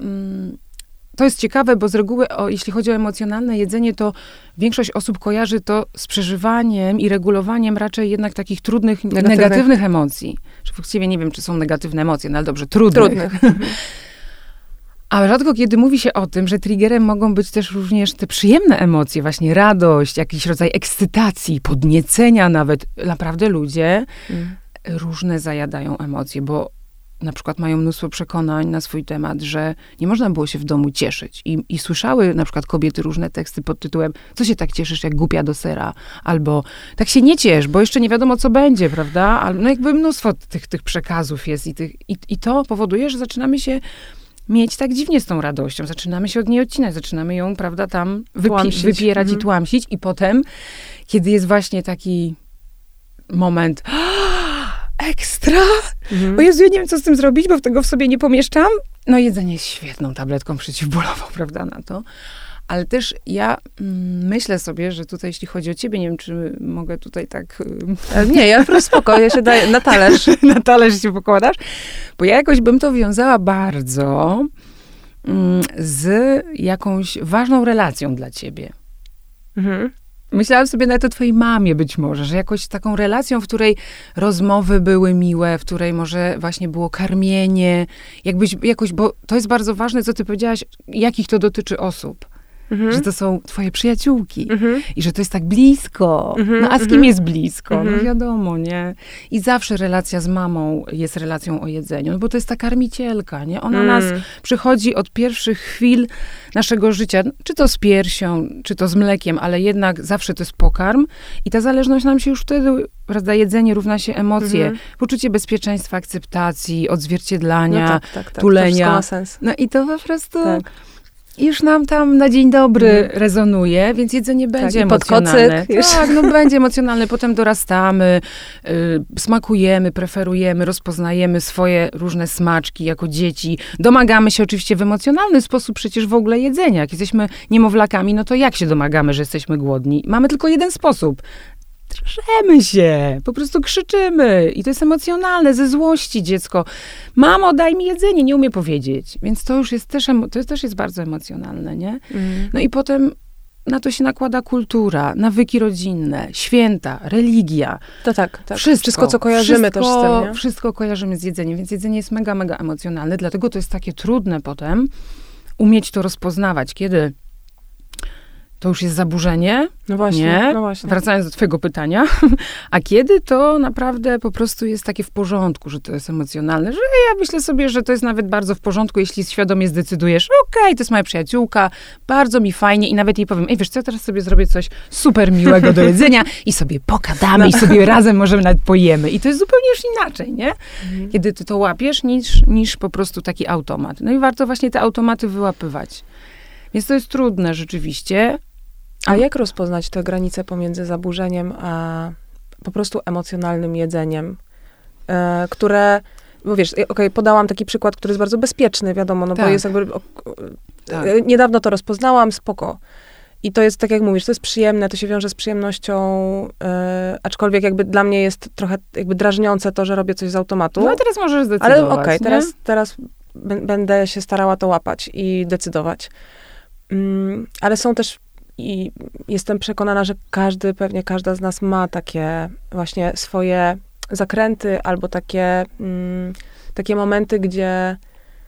to jest ciekawe, bo z reguły, jeśli chodzi o emocjonalne jedzenie, to większość osób kojarzy to z przeżywaniem i regulowaniem raczej jednak takich trudnych, negatywnych emocji. Że właściwie nie wiem, czy są negatywne emocje, no ale dobrze, trudnych. A rzadko kiedy mówi się o tym, że triggerem mogą być też również te przyjemne emocje, właśnie radość, jakiś rodzaj ekscytacji, podniecenia nawet. Naprawdę ludzie różne zajadają emocje, bo na przykład mają mnóstwo przekonań na swój temat, że nie można było się w domu cieszyć. I słyszały na przykład kobiety różne teksty pod tytułem co się tak cieszysz jak głupia do sera? Albo tak się nie ciesz, bo jeszcze nie wiadomo co będzie, prawda? No jakby mnóstwo tych przekazów jest i to powoduje, że zaczynamy się mieć tak dziwnie z tą radością. Zaczynamy się od niej odcinać, zaczynamy ją, prawda, tam wypierać i tłamsić. I potem, kiedy jest właśnie taki moment ekstra! O Jezu, ja nie wiem, co z tym zrobić, bo tego w sobie nie pomieszczam. No jedzenie jest świetną tabletką przeciwbólową, prawda, na to. Ale też ja myślę sobie, że tutaj, jeśli chodzi o ciebie, nie wiem, czy mogę tutaj tak... Nie, ja po prostu spoko, ja się daję na talerz. Na talerz się pokładasz? Bo ja jakoś bym to wiązała bardzo z jakąś ważną relacją dla ciebie. Mhm. Myślałam sobie nawet o twojej mamie być może, że jakoś taką relacją, w której rozmowy były miłe, w której może właśnie było karmienie, jakbyś jakoś, bo to jest bardzo ważne, co ty powiedziałaś, jakich to dotyczy osób. Że to są twoje przyjaciółki i że to jest tak blisko. No a z kim jest blisko? No wiadomo, nie? I zawsze relacja z mamą jest relacją o jedzeniu, no bo to jest ta karmicielka, nie? Ona nas przychodzi od pierwszych chwil naszego życia, czy to z piersią, czy to z mlekiem, ale jednak zawsze to jest pokarm i ta zależność nam się już wtedy, prawda, jedzenie równa się emocje, poczucie bezpieczeństwa, akceptacji, odzwierciedlania, tak, tulenia. To wszystko ma sens. No i to po prostu... Tak. Już nam tam na dzień dobry rezonuje, więc jedzenie będzie emocjonalne. Tak, no będzie emocjonalne. Potem dorastamy, smakujemy, preferujemy, rozpoznajemy swoje różne smaczki jako dzieci. Domagamy się oczywiście w emocjonalny sposób przecież w ogóle jedzenia. Jak jesteśmy niemowlakami, no to jak się domagamy, że jesteśmy głodni? Mamy tylko jeden sposób. Drzemy się, po prostu krzyczymy i to jest emocjonalne, ze złości dziecko. Mamo, daj mi jedzenie, nie umie powiedzieć. Więc to już jest też jest bardzo emocjonalne, nie? No i potem na to się nakłada kultura, nawyki rodzinne, święta, religia. To tak. Wszystko, co kojarzymy też z tym, nie? Wszystko kojarzymy z jedzeniem, więc jedzenie jest mega, mega emocjonalne, dlatego to jest takie trudne potem umieć to rozpoznawać, kiedy to już jest zaburzenie. No właśnie, nie? No właśnie. Wracając do twojego pytania. A kiedy to naprawdę po prostu jest takie w porządku, że to jest emocjonalne, że ja myślę sobie, że to jest nawet bardzo w porządku, jeśli świadomie zdecydujesz, okej, to jest moja przyjaciółka, bardzo mi fajnie i nawet jej powiem, wiesz co, ja teraz sobie zrobię coś super miłego do jedzenia i sobie pogadamy i sobie razem możemy nawet pojemy. I to jest zupełnie już inaczej, nie? Kiedy ty to łapiesz, niż po prostu taki automat. No i warto właśnie te automaty wyłapywać. Więc to jest trudne rzeczywiście. A jak rozpoznać te granice pomiędzy zaburzeniem a po prostu emocjonalnym jedzeniem, które, bo wiesz, podałam taki przykład, który jest bardzo bezpieczny, wiadomo, no bo jest jakby, niedawno to rozpoznałam, spoko. I to jest, tak jak mówisz, to jest przyjemne, to się wiąże z przyjemnością, aczkolwiek jakby dla mnie jest trochę jakby drażniące to, że robię coś z automatu. No a teraz możesz zdecydować. Ale teraz będę się starała to łapać i decydować. Ale są też, i jestem przekonana, że pewnie każda z nas ma takie właśnie swoje zakręty albo takie momenty, gdzie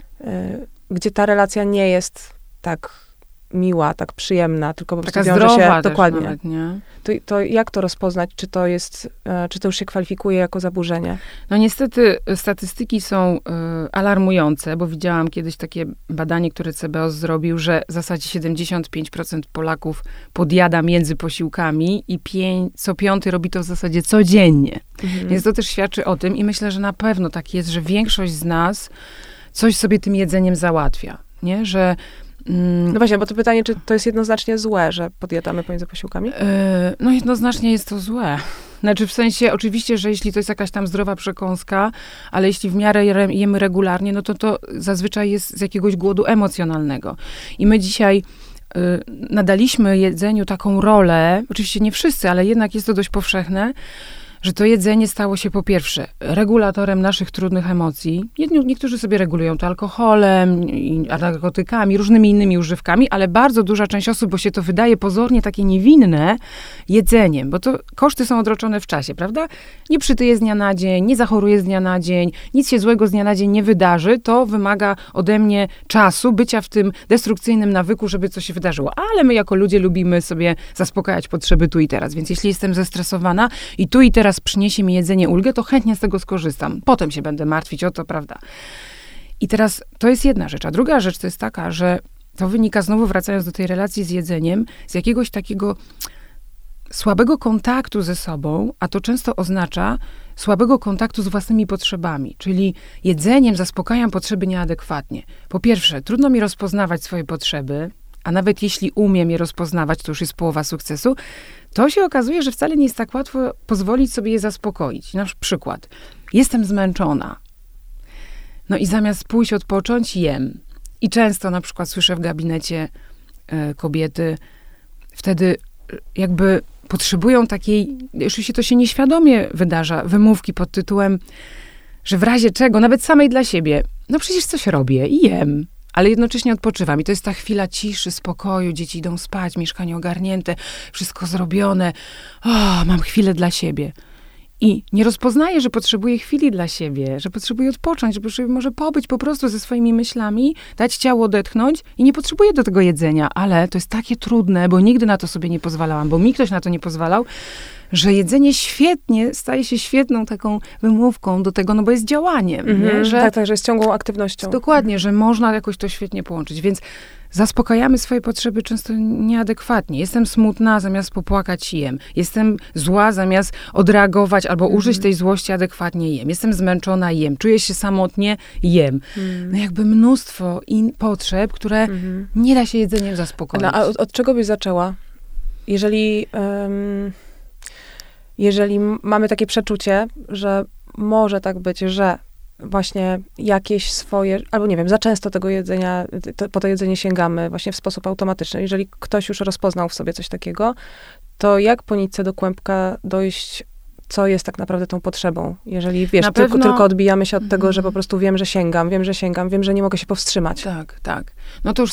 ta relacja nie jest tak miła, tak przyjemna, tylko po prostu wiąże się dokładnie. Nawet, nie? To jak to rozpoznać? Czy to już się kwalifikuje jako zaburzenie? No niestety statystyki są alarmujące, bo widziałam kiedyś takie badanie, które CBOS zrobił, że w zasadzie 75% Polaków podjada między posiłkami i co piąty robi to w zasadzie codziennie. Więc to też świadczy o tym i myślę, że na pewno tak jest, że większość z nas coś sobie tym jedzeniem załatwia, nie? Że no właśnie, bo to pytanie, czy to jest jednoznacznie złe, że podjadamy pomiędzy posiłkami? No jednoznacznie jest to złe. Znaczy w sensie, oczywiście, że jeśli to jest jakaś tam zdrowa przekąska, ale jeśli w miarę jemy regularnie, no to zazwyczaj jest z jakiegoś głodu emocjonalnego. I my dzisiaj nadaliśmy jedzeniu taką rolę, oczywiście nie wszyscy, ale jednak jest to dość powszechne, że to jedzenie stało się po pierwsze regulatorem naszych trudnych emocji. Niektórzy sobie regulują to alkoholem, narkotykami, różnymi innymi używkami, ale bardzo duża część osób, bo się to wydaje pozornie takie niewinne, jedzeniem, bo to koszty są odroczone w czasie, prawda? Nie przytyję z dnia na dzień, nie zachoruję z dnia na dzień, nic się złego z dnia na dzień nie wydarzy, to wymaga ode mnie czasu, bycia w tym destrukcyjnym nawyku, żeby coś się wydarzyło. Ale my jako ludzie lubimy sobie zaspokajać potrzeby tu i teraz, więc jeśli jestem zestresowana i tu i teraz przyniesie mi jedzenie ulgę, to chętnie z tego skorzystam. Potem się będę martwić o to, prawda? I teraz to jest jedna rzecz. A druga rzecz to jest taka, że to wynika, znowu wracając do tej relacji z jedzeniem, z jakiegoś takiego słabego kontaktu ze sobą, a to często oznacza słabego kontaktu z własnymi potrzebami. Czyli jedzeniem zaspokajam potrzeby nieadekwatnie. Po pierwsze, trudno mi rozpoznawać swoje potrzeby, a nawet jeśli umiem je rozpoznawać, to już jest połowa sukcesu, to się okazuje, że wcale nie jest tak łatwo pozwolić sobie je zaspokoić. Na przykład, jestem zmęczona. No i zamiast pójść odpocząć, jem. I często na przykład słyszę w gabinecie kobiety wtedy jakby potrzebują takiej, oczywiście to się nieświadomie wydarza, wymówki pod tytułem, że w razie czego, nawet samej dla siebie, no przecież coś robię i jem, ale jednocześnie odpoczywam. I to jest ta chwila ciszy, spokoju, dzieci idą spać, mieszkanie ogarnięte, wszystko zrobione. Mam chwilę dla siebie. I nie rozpoznaję, że potrzebuję chwili dla siebie, że potrzebuję odpocząć, że potrzebuję może pobyć po prostu ze swoimi myślami, dać ciało odetchnąć i nie potrzebuję do tego jedzenia. Ale to jest takie trudne, bo nigdy na to sobie nie pozwalałam, bo mi ktoś na to nie pozwalał, że jedzenie świetnie staje się świetną taką wymówką do tego, no bo jest działaniem. Nie? Że, tak, że jest ciągłą aktywnością. Dokładnie, że można jakoś to świetnie połączyć. Więc zaspokajamy swoje potrzeby często nieadekwatnie. Jestem smutna, zamiast popłakać jem. Jestem zła, zamiast odreagować albo użyć tej złości adekwatnie jem. Jestem zmęczona, jem. Czuję się samotnie, jem. No jakby mnóstwo potrzeb, które nie da się jedzeniem zaspokoić. No, a od czego byś zaczęła? Jeżeli mamy takie przeczucie, że może tak być, że właśnie jakieś swoje, albo nie wiem, za często tego jedzenia, po to jedzenie sięgamy właśnie w sposób automatyczny. Jeżeli ktoś już rozpoznał w sobie coś takiego, to jak po nitce do kłębka dojść, co jest tak naprawdę tą potrzebą? Jeżeli, wiesz, tylko odbijamy się od tego, że po prostu wiem, że sięgam, wiem, że nie mogę się powstrzymać. Tak. No to już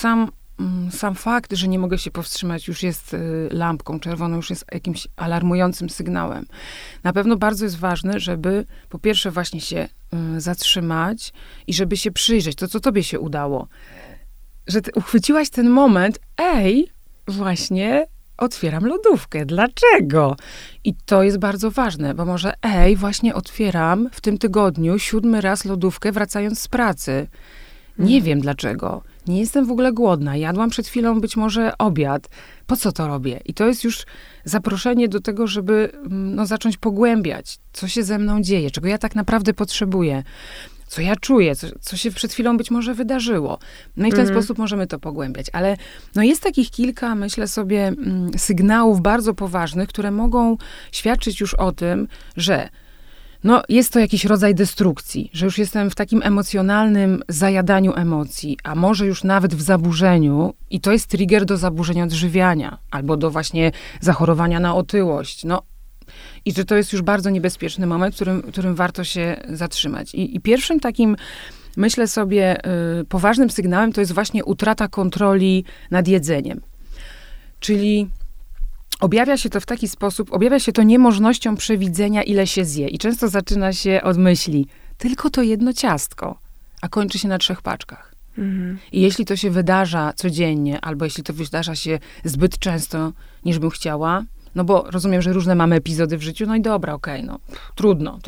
sam fakt, że nie mogę się powstrzymać, już jest lampką czerwoną, już jest jakimś alarmującym sygnałem. Na pewno bardzo jest ważne, żeby po pierwsze właśnie się zatrzymać i żeby się przyjrzeć, to co tobie się udało. Że ty uchwyciłaś ten moment, właśnie otwieram lodówkę. Dlaczego? I to jest bardzo ważne, bo może właśnie otwieram w tym tygodniu 7. raz lodówkę, wracając z pracy. Nie wiem dlaczego. Nie jestem w ogóle głodna. Jadłam przed chwilą być może obiad. Po co to robię? I to jest już zaproszenie do tego, żeby zacząć pogłębiać, co się ze mną dzieje, czego ja tak naprawdę potrzebuję, co ja czuję, co się przed chwilą być może wydarzyło. No i w ten sposób możemy to pogłębiać. Ale jest takich kilka, myślę sobie, sygnałów bardzo poważnych, które mogą świadczyć już o tym, że jest to jakiś rodzaj destrukcji, że już jestem w takim emocjonalnym zajadaniu emocji, a może już nawet w zaburzeniu i to jest trigger do zaburzeń odżywiania albo do właśnie zachorowania na otyłość. I że to jest już bardzo niebezpieczny moment, w którym warto się zatrzymać. I pierwszym takim, myślę sobie, poważnym sygnałem to jest właśnie utrata kontroli nad jedzeniem. Czyli objawia się to w taki sposób, objawia się to niemożnością przewidzenia, ile się zje. I często zaczyna się od myśli, tylko to jedno ciastko, a kończy się na 3 paczkach. I jeśli to się wydarza codziennie, albo jeśli to wydarza się zbyt często, niż bym chciała, bo rozumiem, że różne mamy epizody w życiu, i dobra, okej, trudno.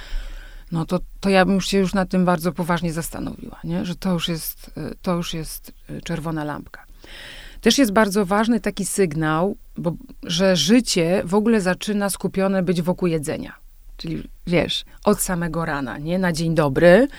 To ja bym już się nad tym bardzo poważnie zastanowiła, nie? Że to już jest czerwona lampka. Też jest bardzo ważny taki sygnał, że życie w ogóle zaczyna skupione być wokół jedzenia. Czyli wiesz, od samego rana, nie? Na dzień dobry.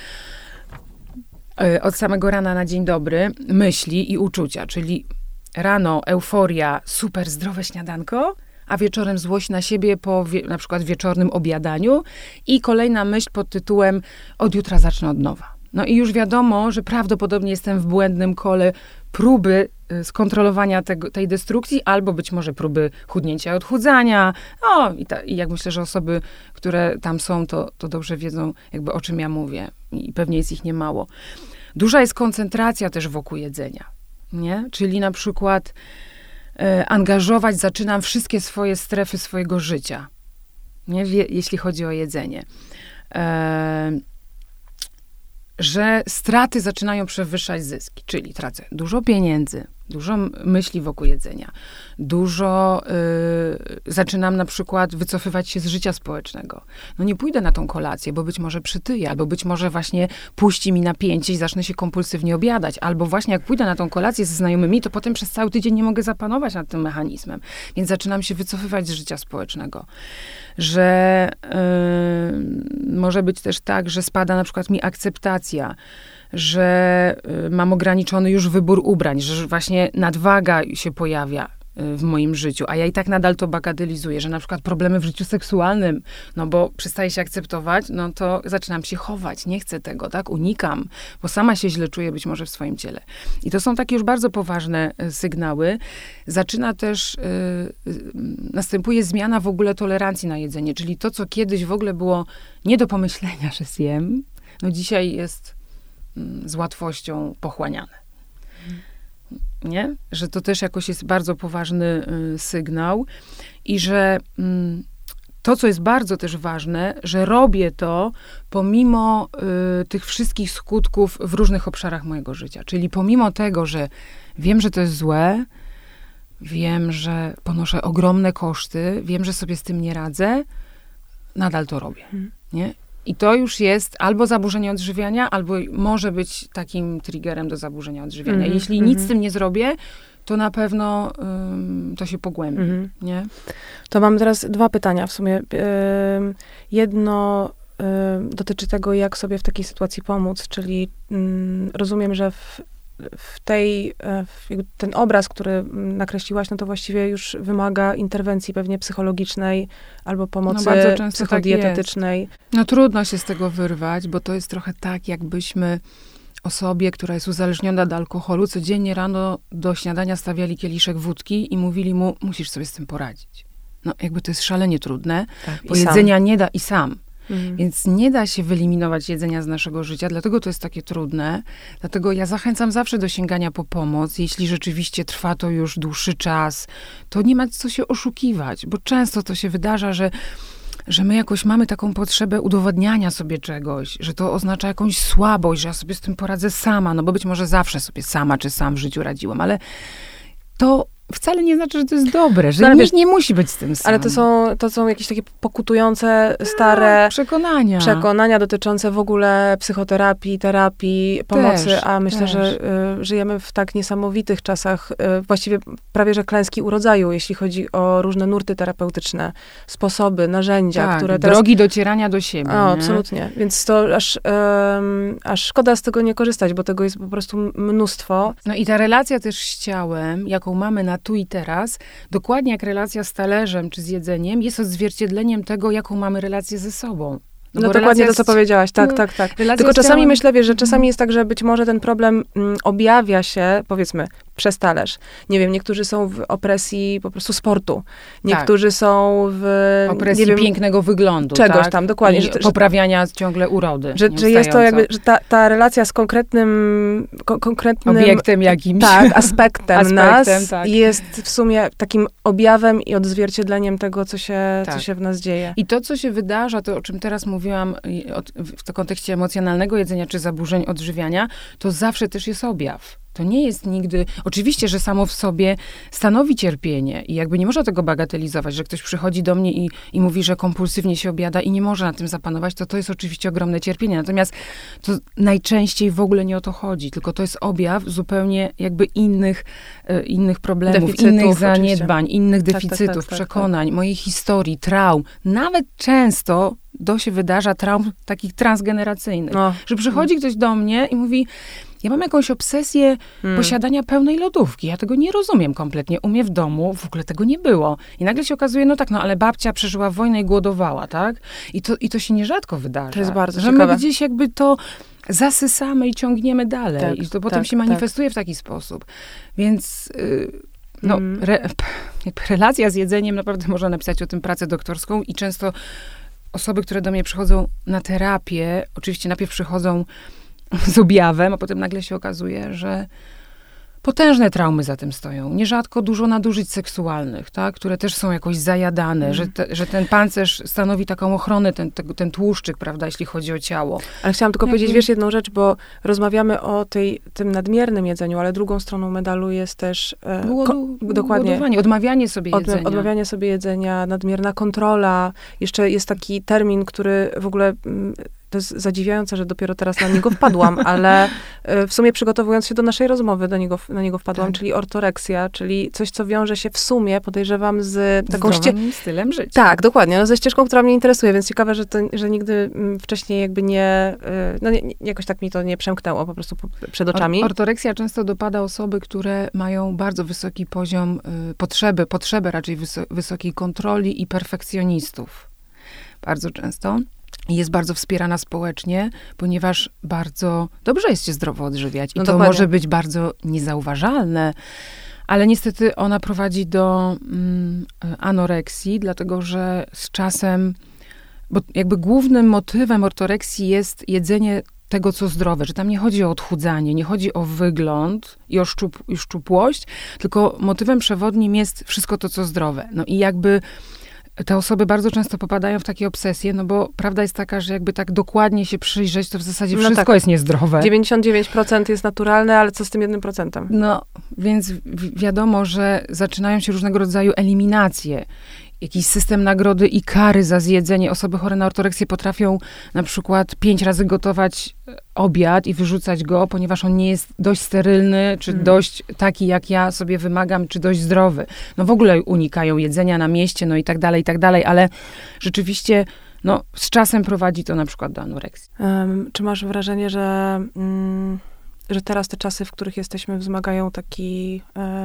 Od samego rana na dzień dobry myśli i uczucia. Czyli rano euforia, super zdrowe śniadanko, a wieczorem złość na siebie po na przykład wieczornym obiadaniu i kolejna myśl pod tytułem od jutra zacznę od nowa. I już wiadomo, że prawdopodobnie jestem w błędnym kole próby skontrolowania tej destrukcji, albo być może próby chudnięcia i odchudzania. I jak myślę, że osoby, które tam są, to dobrze wiedzą, jakby o czym ja mówię. I pewnie jest ich niemało. Duża jest koncentracja też wokół jedzenia, nie? Czyli na przykład angażować zaczynam wszystkie swoje strefy swojego życia, nie? Jeśli chodzi o jedzenie. Że straty zaczynają przewyższać zyski, czyli tracę dużo pieniędzy, dużo myśli wokół jedzenia, dużo zaczynam na przykład wycofywać się z życia społecznego. Nie pójdę na tą kolację, bo być może przytyję, albo być może właśnie puści mi napięcie i zacznę się kompulsywnie obiadać, albo właśnie jak pójdę na tą kolację ze znajomymi, to potem przez cały tydzień nie mogę zapanować nad tym mechanizmem, więc zaczynam się wycofywać z życia społecznego. Że może być też tak, że spada na przykład mi akceptacja, że mam ograniczony już wybór ubrań, że właśnie nadwaga się pojawia. w moim życiu, a ja i tak nadal to bagatelizuję, że na przykład problemy w życiu seksualnym, no bo przestaję się akceptować, no to zaczynam się chować, nie chcę tego, tak, unikam, bo sama się źle czuję być może w swoim ciele. I to są takie już bardzo poważne sygnały. Zaczyna też, następuje zmiana w ogóle tolerancji na jedzenie, czyli to, co kiedyś w ogóle było nie do pomyślenia, że zjem, no dzisiaj jest z łatwością pochłaniane. Nie? Że to też jakoś jest bardzo poważny sygnał i że to, co jest bardzo też ważne, że robię to pomimo tych wszystkich skutków w różnych obszarach mojego życia. Czyli pomimo tego, że wiem, że to jest złe, wiem, że ponoszę ogromne koszty, wiem, że sobie z tym nie radzę, nadal to robię. Nie? I to już jest albo zaburzenie odżywiania, albo może być takim triggerem do zaburzenia odżywiania. Jeśli nic z tym nie zrobię, to na pewno to się pogłębi. Nie? To mam teraz 2 pytania w sumie. Jedno dotyczy tego, jak sobie w takiej sytuacji pomóc, czyli rozumiem, że ten obraz, który nakreśliłaś, no to właściwie już wymaga interwencji pewnie psychologicznej albo pomocy psychodietetycznej. Tak no trudno się z tego wyrwać, bo to jest trochę tak, jakbyśmy osobie, która jest uzależniona od alkoholu, codziennie rano do śniadania stawiali kieliszek wódki i mówili mu, musisz sobie z tym poradzić. No jakby to jest szalenie trudne, bo jedzenia nie da i sam. Więc nie da się wyeliminować jedzenia z naszego życia, dlatego to jest takie trudne. Dlatego ja zachęcam zawsze do sięgania po pomoc. Jeśli rzeczywiście trwa to już dłuższy czas, to nie ma co się oszukiwać, bo często to się wydarza, że my jakoś mamy taką potrzebę udowadniania sobie czegoś, że to oznacza jakąś słabość, że ja sobie z tym poradzę sama, no bo być może zawsze sobie sama czy sam w życiu radziłam, ale to wcale nie znaczy, że to jest dobre, że nikt nie musi być z tym sam. Ale to są jakieś takie pokutujące, stare przekonania dotyczące w ogóle psychoterapii, terapii, pomocy, a myślę, że żyjemy w tak niesamowitych czasach, właściwie prawie, że klęski urodzaju, jeśli chodzi o różne nurty terapeutyczne, sposoby, narzędzia, które teraz... Drogi docierania do siebie. Absolutnie. Więc to aż szkoda z tego nie korzystać, bo tego jest po prostu mnóstwo. No i ta relacja też z ciałem, jaką mamy na tu i teraz, dokładnie jak relacja z talerzem czy z jedzeniem, jest odzwierciedleniem tego, jaką mamy relację ze sobą. No dokładnie to, co powiedziałaś. Tak. Tylko czasami myślę, że czasami jest tak, że być może ten problem objawia się, powiedzmy, przez talerz. Nie wiem, niektórzy są w opresji po prostu sportu. Niektórzy są w... opresji pięknego wyglądu. Czegoś tam, dokładnie. I poprawiania ciągle urody. Że jest to jakby, że ta relacja z konkretnym obiektem jakimś. Tak, aspektem nas jest w sumie takim objawem i odzwierciedleniem tego, co się w nas dzieje. I to, co się wydarza, to o czym teraz mówiłam w kontekście emocjonalnego jedzenia czy zaburzeń odżywiania, to zawsze też jest objaw. To nie jest nigdy... Oczywiście, że samo w sobie stanowi cierpienie i jakby nie można tego bagatelizować, że ktoś przychodzi do mnie i mówi, że kompulsywnie się objada i nie może na tym zapanować, to jest oczywiście ogromne cierpienie. Natomiast to najczęściej w ogóle nie o to chodzi, tylko to jest objaw zupełnie jakby innych problemów, innych zaniedbań, innych deficytów, przekonań, mojej historii, traum. Nawet często się wydarza traum takich transgeneracyjnych. Że przychodzi ktoś do mnie i mówi... Ja mam jakąś obsesję posiadania pełnej lodówki. Ja tego nie rozumiem kompletnie. U mnie w domu w ogóle tego nie było. I nagle się okazuje, ale babcia przeżyła wojnę i głodowała, tak? I to się nierzadko wydarza. To jest bardzo ciekawe. My gdzieś jakby to zasysamy i ciągniemy dalej. Tak, I to potem się manifestuje w taki sposób. Więc... relacja z jedzeniem, naprawdę można napisać o tym pracę doktorską i często osoby, które do mnie przychodzą na terapię, oczywiście najpierw przychodzą z objawem, a potem nagle się okazuje, że potężne traumy za tym stoją. Nierzadko dużo nadużyć seksualnych, tak? Które też są jakoś zajadane, że ten pancerz stanowi taką ochronę, ten tłuszczyk, prawda, jeśli chodzi o ciało. Ale chciałam tylko powiedzieć, jedną rzecz, bo rozmawiamy o tym nadmiernym jedzeniu, ale drugą stroną medalu jest też dokładnie odmawianie sobie jedzenia. Odmawianie sobie jedzenia, nadmierna kontrola. Jeszcze jest taki termin, który w ogóle to jest zadziwiające, że dopiero teraz na niego wpadłam, ale w sumie przygotowując się do naszej rozmowy, na niego wpadłam, czyli ortoreksja, czyli coś, co wiąże się w sumie, podejrzewam, z taką stylem życia. Tak, dokładnie, no ze ścieżką, która mnie interesuje, więc ciekawe, że nigdy wcześniej jakby jakoś tak mi to nie przemknęło po prostu przed oczami. Ortoreksja często dopada osoby, które mają bardzo wysoki poziom potrzeby raczej wysokiej kontroli i perfekcjonistów. Bardzo często. Jest bardzo wspierana społecznie, ponieważ bardzo dobrze jest się zdrowo odżywiać. I to może być bardzo niezauważalne, ale niestety ona prowadzi do anoreksji, dlatego że z czasem, bo jakby głównym motywem ortoreksji jest jedzenie tego, co zdrowe, że tam nie chodzi o odchudzanie, nie chodzi o wygląd i o szczupłość, tylko motywem przewodnim jest wszystko to, co zdrowe. No i jakby te osoby bardzo często popadają w takie obsesje, no bo prawda jest taka, że jakby tak dokładnie się przyjrzeć, to w zasadzie wszystko jest niezdrowe. 99% jest naturalne, ale co z tym 1%? No, więc wiadomo, że zaczynają się różnego rodzaju eliminacje. Jakiś system nagrody i kary za zjedzenie. Osoby chore na ortoreksję potrafią na przykład 5 razy gotować obiad i wyrzucać go, ponieważ on nie jest dość sterylny, czy dość taki, jak ja sobie wymagam, czy dość zdrowy. No w ogóle unikają jedzenia na mieście, no i tak dalej, ale rzeczywiście no, z czasem prowadzi to na przykład do anoreksji. Czy masz wrażenie, że teraz te czasy, w których jesteśmy, wzmagają taki...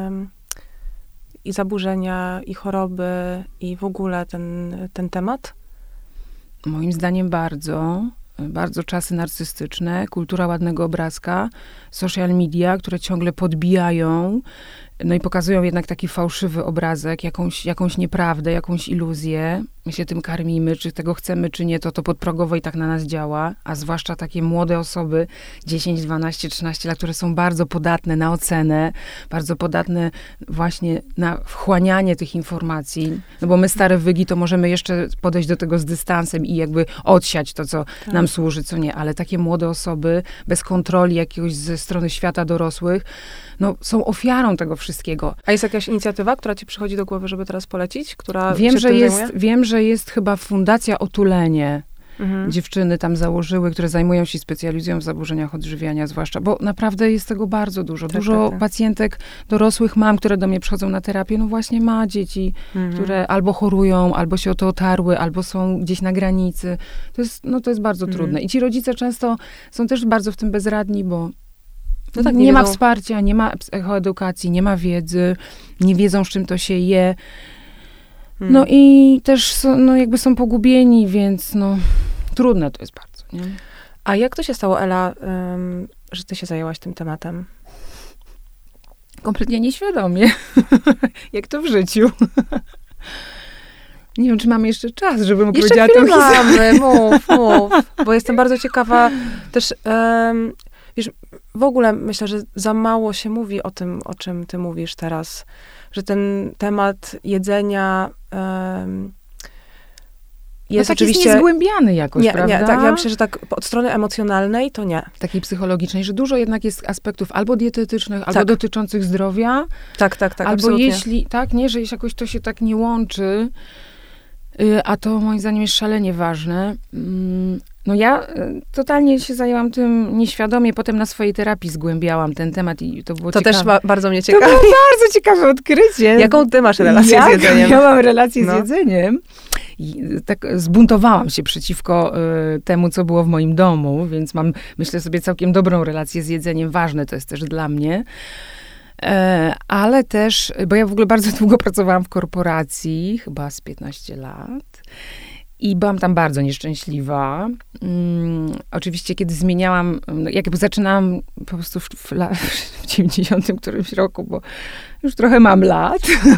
i zaburzenia, i choroby, i w ogóle ten temat? Moim zdaniem bardzo czasy narcystyczne, kultura ładnego obrazka, social media, które ciągle podbijają, no i pokazują jednak taki fałszywy obrazek, jakąś nieprawdę, jakąś iluzję. My się tym karmimy, czy tego chcemy, czy nie, to podprogowo i tak na nas działa, a zwłaszcza takie młode osoby, 10, 12, 13 lat, które są bardzo podatne na ocenę, bardzo podatne właśnie na wchłanianie tych informacji, no bo my stare wygi to możemy jeszcze podejść do tego z dystansem i jakby odsiać to, co nam służy, co nie, ale takie młode osoby, bez kontroli jakiegoś ze strony świata dorosłych, no są ofiarą tego wszystkiego. A jest jakaś inicjatywa, która ci przychodzi do głowy, żeby teraz polecić? Która Wiem, że jest chyba Fundacja Otulenie. Dziewczyny tam założyły, które zajmują się, specjalizują w zaburzeniach odżywiania zwłaszcza, bo naprawdę jest tego bardzo dużo. Dużo pacjentek, dorosłych mam, które do mnie przychodzą na terapię, no właśnie ma dzieci, które albo chorują, albo się o to otarły, albo są gdzieś na granicy. To jest bardzo trudne. I ci rodzice często są też bardzo w tym bezradni, bo nie ma wsparcia, nie ma psychoedukacji, nie ma wiedzy, nie wiedzą, z czym to się je. No i też jakby są pogubieni, więc trudne to jest bardzo. Nie? A jak to się stało, Ela, że ty się zajęłaś tym tematem? Kompletnie nieświadomie. Jak to w życiu. Nie wiem, czy mamy jeszcze czas, żebym opowiedziała tę historię. Mów. Bo jestem bardzo ciekawa też... Wiesz, w ogóle myślę, że za mało się mówi o tym, o czym ty mówisz teraz. Że ten temat jedzenia jest oczywiście... jest niezgłębiany jakoś, prawda? Nie, tak, ja myślę, że tak od strony emocjonalnej to nie. Takiej psychologicznej, że dużo jednak jest aspektów albo dietetycznych, albo dotyczących zdrowia. Tak, albo absolutnie. jeśli, że jeśli jakoś to się tak nie łączy, a to moim zdaniem jest szalenie ważne. No ja totalnie się zajęłam tym nieświadomie, potem na swojej terapii zgłębiałam ten temat i to było ciekawe. To też bardzo mnie ciekawi. To było bardzo ciekawe odkrycie. Jaką ty masz relację z jedzeniem? Ja mam relację z jedzeniem. I tak zbuntowałam się przeciwko temu, co było w moim domu, więc mam, myślę sobie, całkiem dobrą relację z jedzeniem. Ważne to jest też dla mnie. Ale też, bo ja w ogóle bardzo długo pracowałam w korporacji, chyba z 15 lat. I byłam tam bardzo nieszczęśliwa. Oczywiście, kiedy zmieniałam, jakby zaczynałam po prostu w 90 którymś roku, bo już trochę mam lat,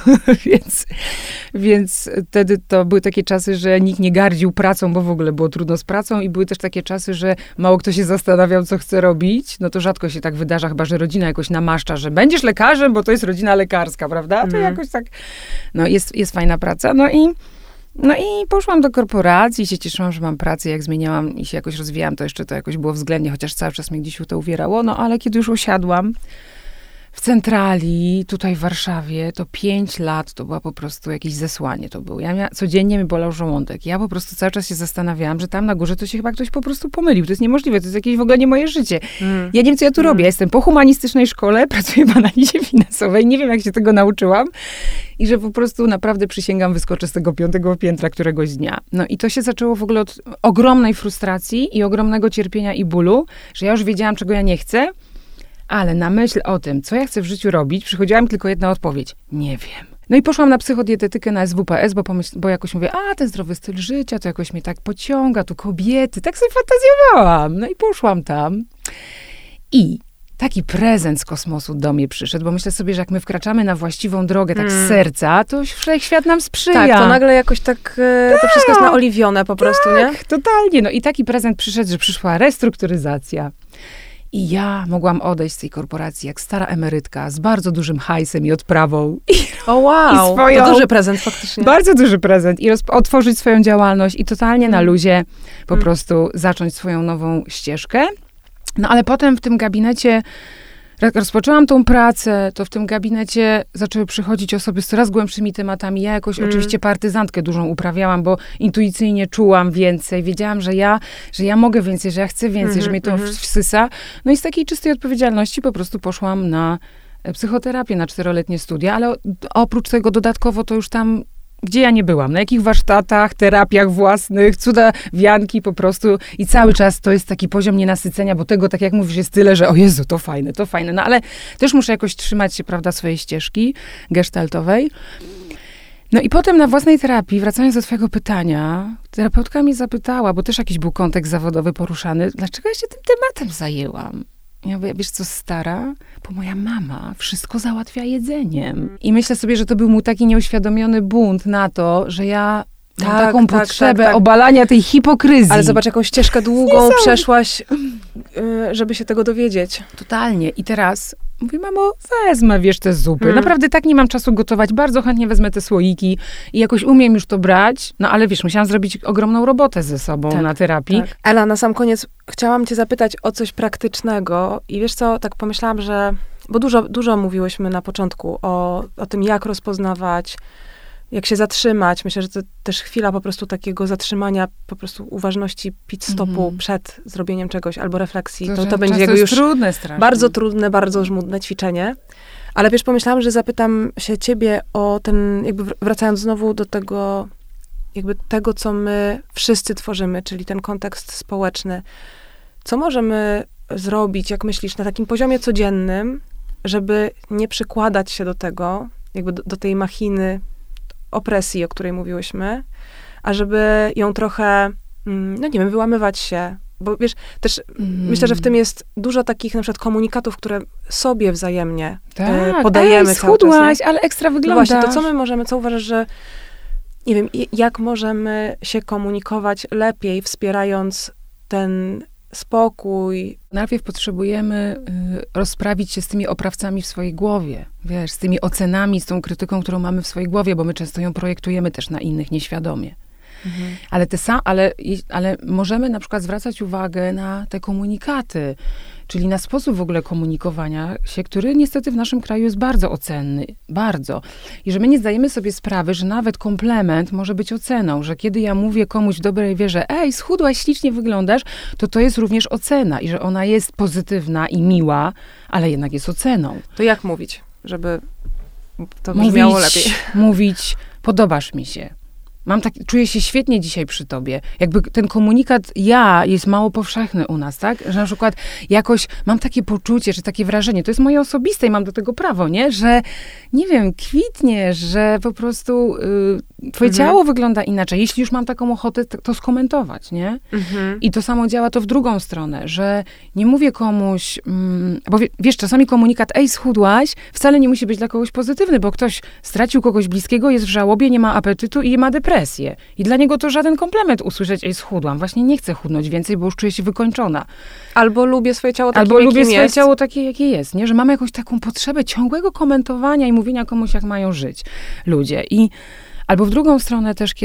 więc wtedy to były takie czasy, że nikt nie gardził pracą, bo w ogóle było trudno z pracą i były też takie czasy, że mało kto się zastanawiał, co chce robić. No to rzadko się tak wydarza, chyba że rodzina jakoś namaszcza, że będziesz lekarzem, bo to jest rodzina lekarska, prawda? To jakoś tak, jest fajna praca. No i poszłam do korporacji i się cieszyłam, że mam pracę. Jak zmieniałam i się jakoś rozwijałam, to jeszcze to jakoś było względnie, chociaż cały czas mnie gdzieś to uwierało. No ale kiedy już usiadłam w centrali, tutaj w Warszawie, to 5 lat to była po prostu jakieś zesłanie to było. Codziennie mi bolał żołądek. Ja po prostu cały czas się zastanawiałam, że tam na górze to się chyba ktoś po prostu pomylił. To jest niemożliwe, to jest jakieś w ogóle nie moje życie. Ja nie wiem, co ja tu robię. Ja jestem po humanistycznej szkole, pracuję w analizie finansowej, nie wiem, jak się tego nauczyłam. I że po prostu naprawdę przysięgam, wyskoczę z tego 5. piętra któregoś dnia. No i to się zaczęło w ogóle od ogromnej frustracji i ogromnego cierpienia i bólu, że ja już wiedziałam, czego ja nie chcę, ale na myśl o tym, co ja chcę w życiu robić, przychodziła mi tylko jedna odpowiedź. Nie wiem. No i poszłam na psychodietetykę na SWPS, bo jakoś mówię, ten zdrowy styl życia, to jakoś mnie tak pociąga, tu kobiety, tak sobie fantazjowałam. No i poszłam tam. I taki prezent z kosmosu do mnie przyszedł, bo myślę sobie, że jak my wkraczamy na właściwą drogę, tak z serca, to wszechświat nam sprzyja. Tak, to nagle jakoś tak, to wszystko jest naoliwione po prostu, nie? Tak, totalnie. No i taki prezent przyszedł, że przyszła restrukturyzacja. I ja mogłam odejść z tej korporacji jak stara emerytka, z bardzo dużym hajsem i odprawą. O wow, to duży prezent faktycznie. Bardzo duży prezent. I otworzyć swoją działalność i totalnie na luzie po prostu zacząć swoją nową ścieżkę. No ale potem w tym gabinecie, jak rozpoczęłam tą pracę, to w tym gabinecie zaczęły przychodzić osoby z coraz głębszymi tematami. Ja jakoś oczywiście partyzantkę dużą uprawiałam, bo intuicyjnie czułam więcej. Wiedziałam, że ja mogę więcej, że ja chcę więcej, że mnie to wsysa. No i z takiej czystej odpowiedzialności po prostu poszłam na psychoterapię, na 4-letnie studia, ale oprócz tego dodatkowo to już tam, gdzie ja nie byłam, na jakich warsztatach, terapiach własnych, cudawianki po prostu i cały czas to jest taki poziom nienasycenia, bo tego, tak jak mówisz, jest tyle, że o Jezu, to fajne, no ale też muszę jakoś trzymać się, prawda, swojej ścieżki gestaltowej. No i potem na własnej terapii, wracając do twojego pytania, terapeutka mnie zapytała, bo też jakiś był kontekst zawodowy poruszany, dlaczego ja się tym tematem zajęłam? Ja mówię, wiesz co, stara, bo moja mama wszystko załatwia jedzeniem. I myślę sobie, że to był mu taki nieuświadomiony bunt na to, że ja mam taką potrzebę obalania tej hipokryzji. Ale zobacz, jaką ścieżkę długą przeszłaś, żeby się tego dowiedzieć. Totalnie. I teraz mówię, mamo, wezmę, wiesz, te zupy. Naprawdę tak nie mam czasu gotować. Bardzo chętnie wezmę te słoiki i jakoś umiem już to brać. No ale wiesz, musiałam zrobić ogromną robotę ze sobą na terapii. Tak. Ela, na sam koniec chciałam cię zapytać o coś praktycznego. I wiesz co, tak pomyślałam, że... Bo dużo mówiłyśmy na początku o tym, jak rozpoznawać, jak się zatrzymać. Myślę, że to też chwila po prostu takiego zatrzymania, po prostu uważności pit stopu przed zrobieniem czegoś albo refleksji. To będzie jakby już trudne strasznie. Bardzo trudne, bardzo żmudne ćwiczenie. Ale wiesz, pomyślałam, że zapytam się ciebie o ten, jakby wracając znowu do tego, jakby tego, co my wszyscy tworzymy, czyli ten kontekst społeczny. Co możemy zrobić, jak myślisz, na takim poziomie codziennym, żeby nie przykładać się do tego, jakby do tej machiny opresji, o której mówiłyśmy, a żeby ją trochę, no nie wiem, wyłamywać się. Bo wiesz, też myślę, że w tym jest dużo takich na przykład komunikatów, które sobie wzajemnie podajemy. Schudłaś, ale ekstra wyglądasz. No właśnie, to co my możemy, co uważasz, że nie wiem, jak możemy się komunikować lepiej, wspierając ten spokój. Najpierw potrzebujemy rozprawić się z tymi oprawcami w swojej głowie, wiesz, z tymi ocenami, z tą krytyką, którą mamy w swojej głowie, bo my często ją projektujemy też na innych nieświadomie. Ale możemy na przykład zwracać uwagę na te komunikaty, czyli na sposób w ogóle komunikowania się, który niestety w naszym kraju jest bardzo ocenny, bardzo. I że my nie zdajemy sobie sprawy, że nawet komplement może być oceną, że kiedy ja mówię komuś w dobrej wierze, schudłaś, ślicznie wyglądasz, to jest również ocena i że ona jest pozytywna i miła, ale jednak jest oceną. To jak mówić, żeby to brzmiało lepiej? Mówić, podobasz mi się. Czuję się świetnie dzisiaj przy tobie. Jakby ten komunikat jest mało powszechny u nas, tak? Że na przykład jakoś mam takie poczucie, czy takie wrażenie, to jest moje osobiste i mam do tego prawo, nie? Że, nie wiem, kwitniesz, że po prostu twoje ciało wygląda inaczej. Jeśli już mam taką ochotę, to skomentować, nie? I to samo działa to w drugą stronę, że nie mówię komuś, bo wiesz, czasami komunikat, schudłaś, wcale nie musi być dla kogoś pozytywny, bo ktoś stracił kogoś bliskiego, jest w żałobie, nie ma apetytu i ma depresję. I dla niego to żaden komplement usłyszeć, schudłam. Właśnie nie chcę chudnąć więcej, bo już czuję się wykończona. Albo lubię swoje ciało takie, Albo lubię swoje ciało takie, jakie jest, nie? Że mamy jakąś taką potrzebę ciągłego komentowania i mówienia komuś, jak mają żyć ludzie. Albo w drugą stronę też, kiedy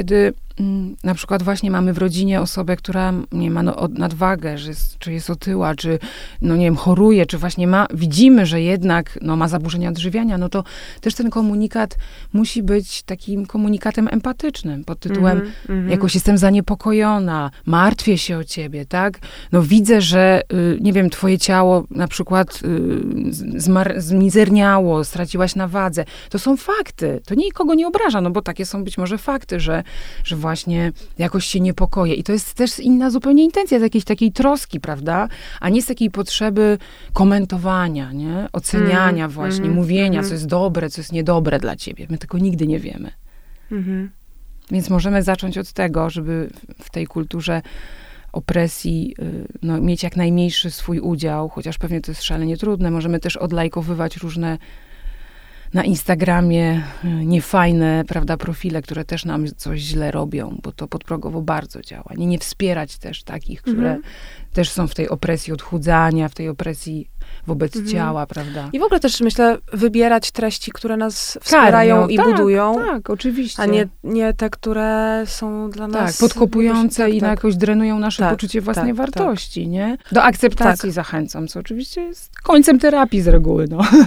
na przykład właśnie mamy w rodzinie osobę, która nie ma nadwagę, czy jest otyła, czy no nie wiem, choruje, czy właśnie widzimy, że jednak ma zaburzenia odżywiania, no to też ten komunikat musi być takim komunikatem empatycznym, pod tytułem jakoś jestem zaniepokojona, martwię się o ciebie, tak? No widzę, że nie wiem, twoje ciało na przykład zmizerniało, straciłaś na wadze. To są fakty. To nikogo nie obraża, no bo takie są być może fakty, że właśnie jakoś się niepokoję. I to jest też inna zupełnie intencja, z jakiejś takiej troski, prawda? A nie z takiej potrzeby komentowania, nie? Oceniania właśnie, mówienia, co jest dobre, co jest niedobre dla ciebie. My tego nigdy nie wiemy. Więc możemy zacząć od tego, żeby w tej kulturze opresji mieć jak najmniejszy swój udział, chociaż pewnie to jest szalenie trudne. Możemy też odlajkowywać różne na Instagramie niefajne, prawda, profile, które też nam coś źle robią, bo to podprogowo bardzo działa. Nie wspierać też takich, które też są w tej opresji odchudzania, w tej opresji wobec ciała, prawda. I w ogóle też, myślę, wybierać treści, które nas wspierają i budują. Tak, oczywiście. A nie te, które są dla nas... Tak, podkopujące i jakoś drenują nasze poczucie własnej wartości, nie? Do akceptacji zachęcam, co oczywiście jest końcem terapii z reguły,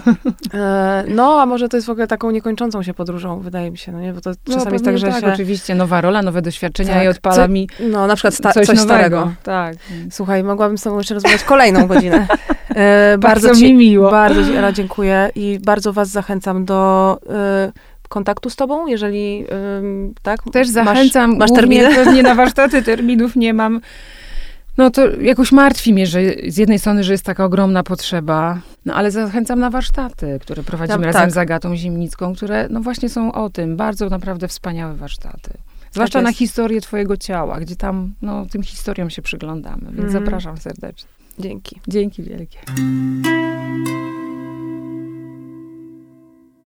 a może to jest w ogóle taką niekończącą się podróżą, wydaje mi się, no nie? Bo to czasami jest tak, że się... oczywiście, nowa rola, nowe doświadczenia i odpala mi na przykład coś nowego. Starego. Tak. Słuchaj, mogłabym z tobą jeszcze rozmawiać kolejną godzinę. Bardzo mi miło. Bardzo ci, Ela, dziękuję i bardzo was zachęcam do kontaktu z tobą, jeżeli tak? Też zachęcam. Masz terminy? Pewnie na warsztaty terminów nie mam. No to jakoś martwi mnie, że z jednej strony, że jest taka ogromna potrzeba, ale zachęcam na warsztaty, które prowadzimy razem z Agatą Zimnicką, które właśnie są o tym. Bardzo naprawdę wspaniałe warsztaty. Zwłaszcza na historię twojego ciała, gdzie tam tym historiom się przyglądamy. Więc zapraszam serdecznie. Dzięki. Dzięki wielkie.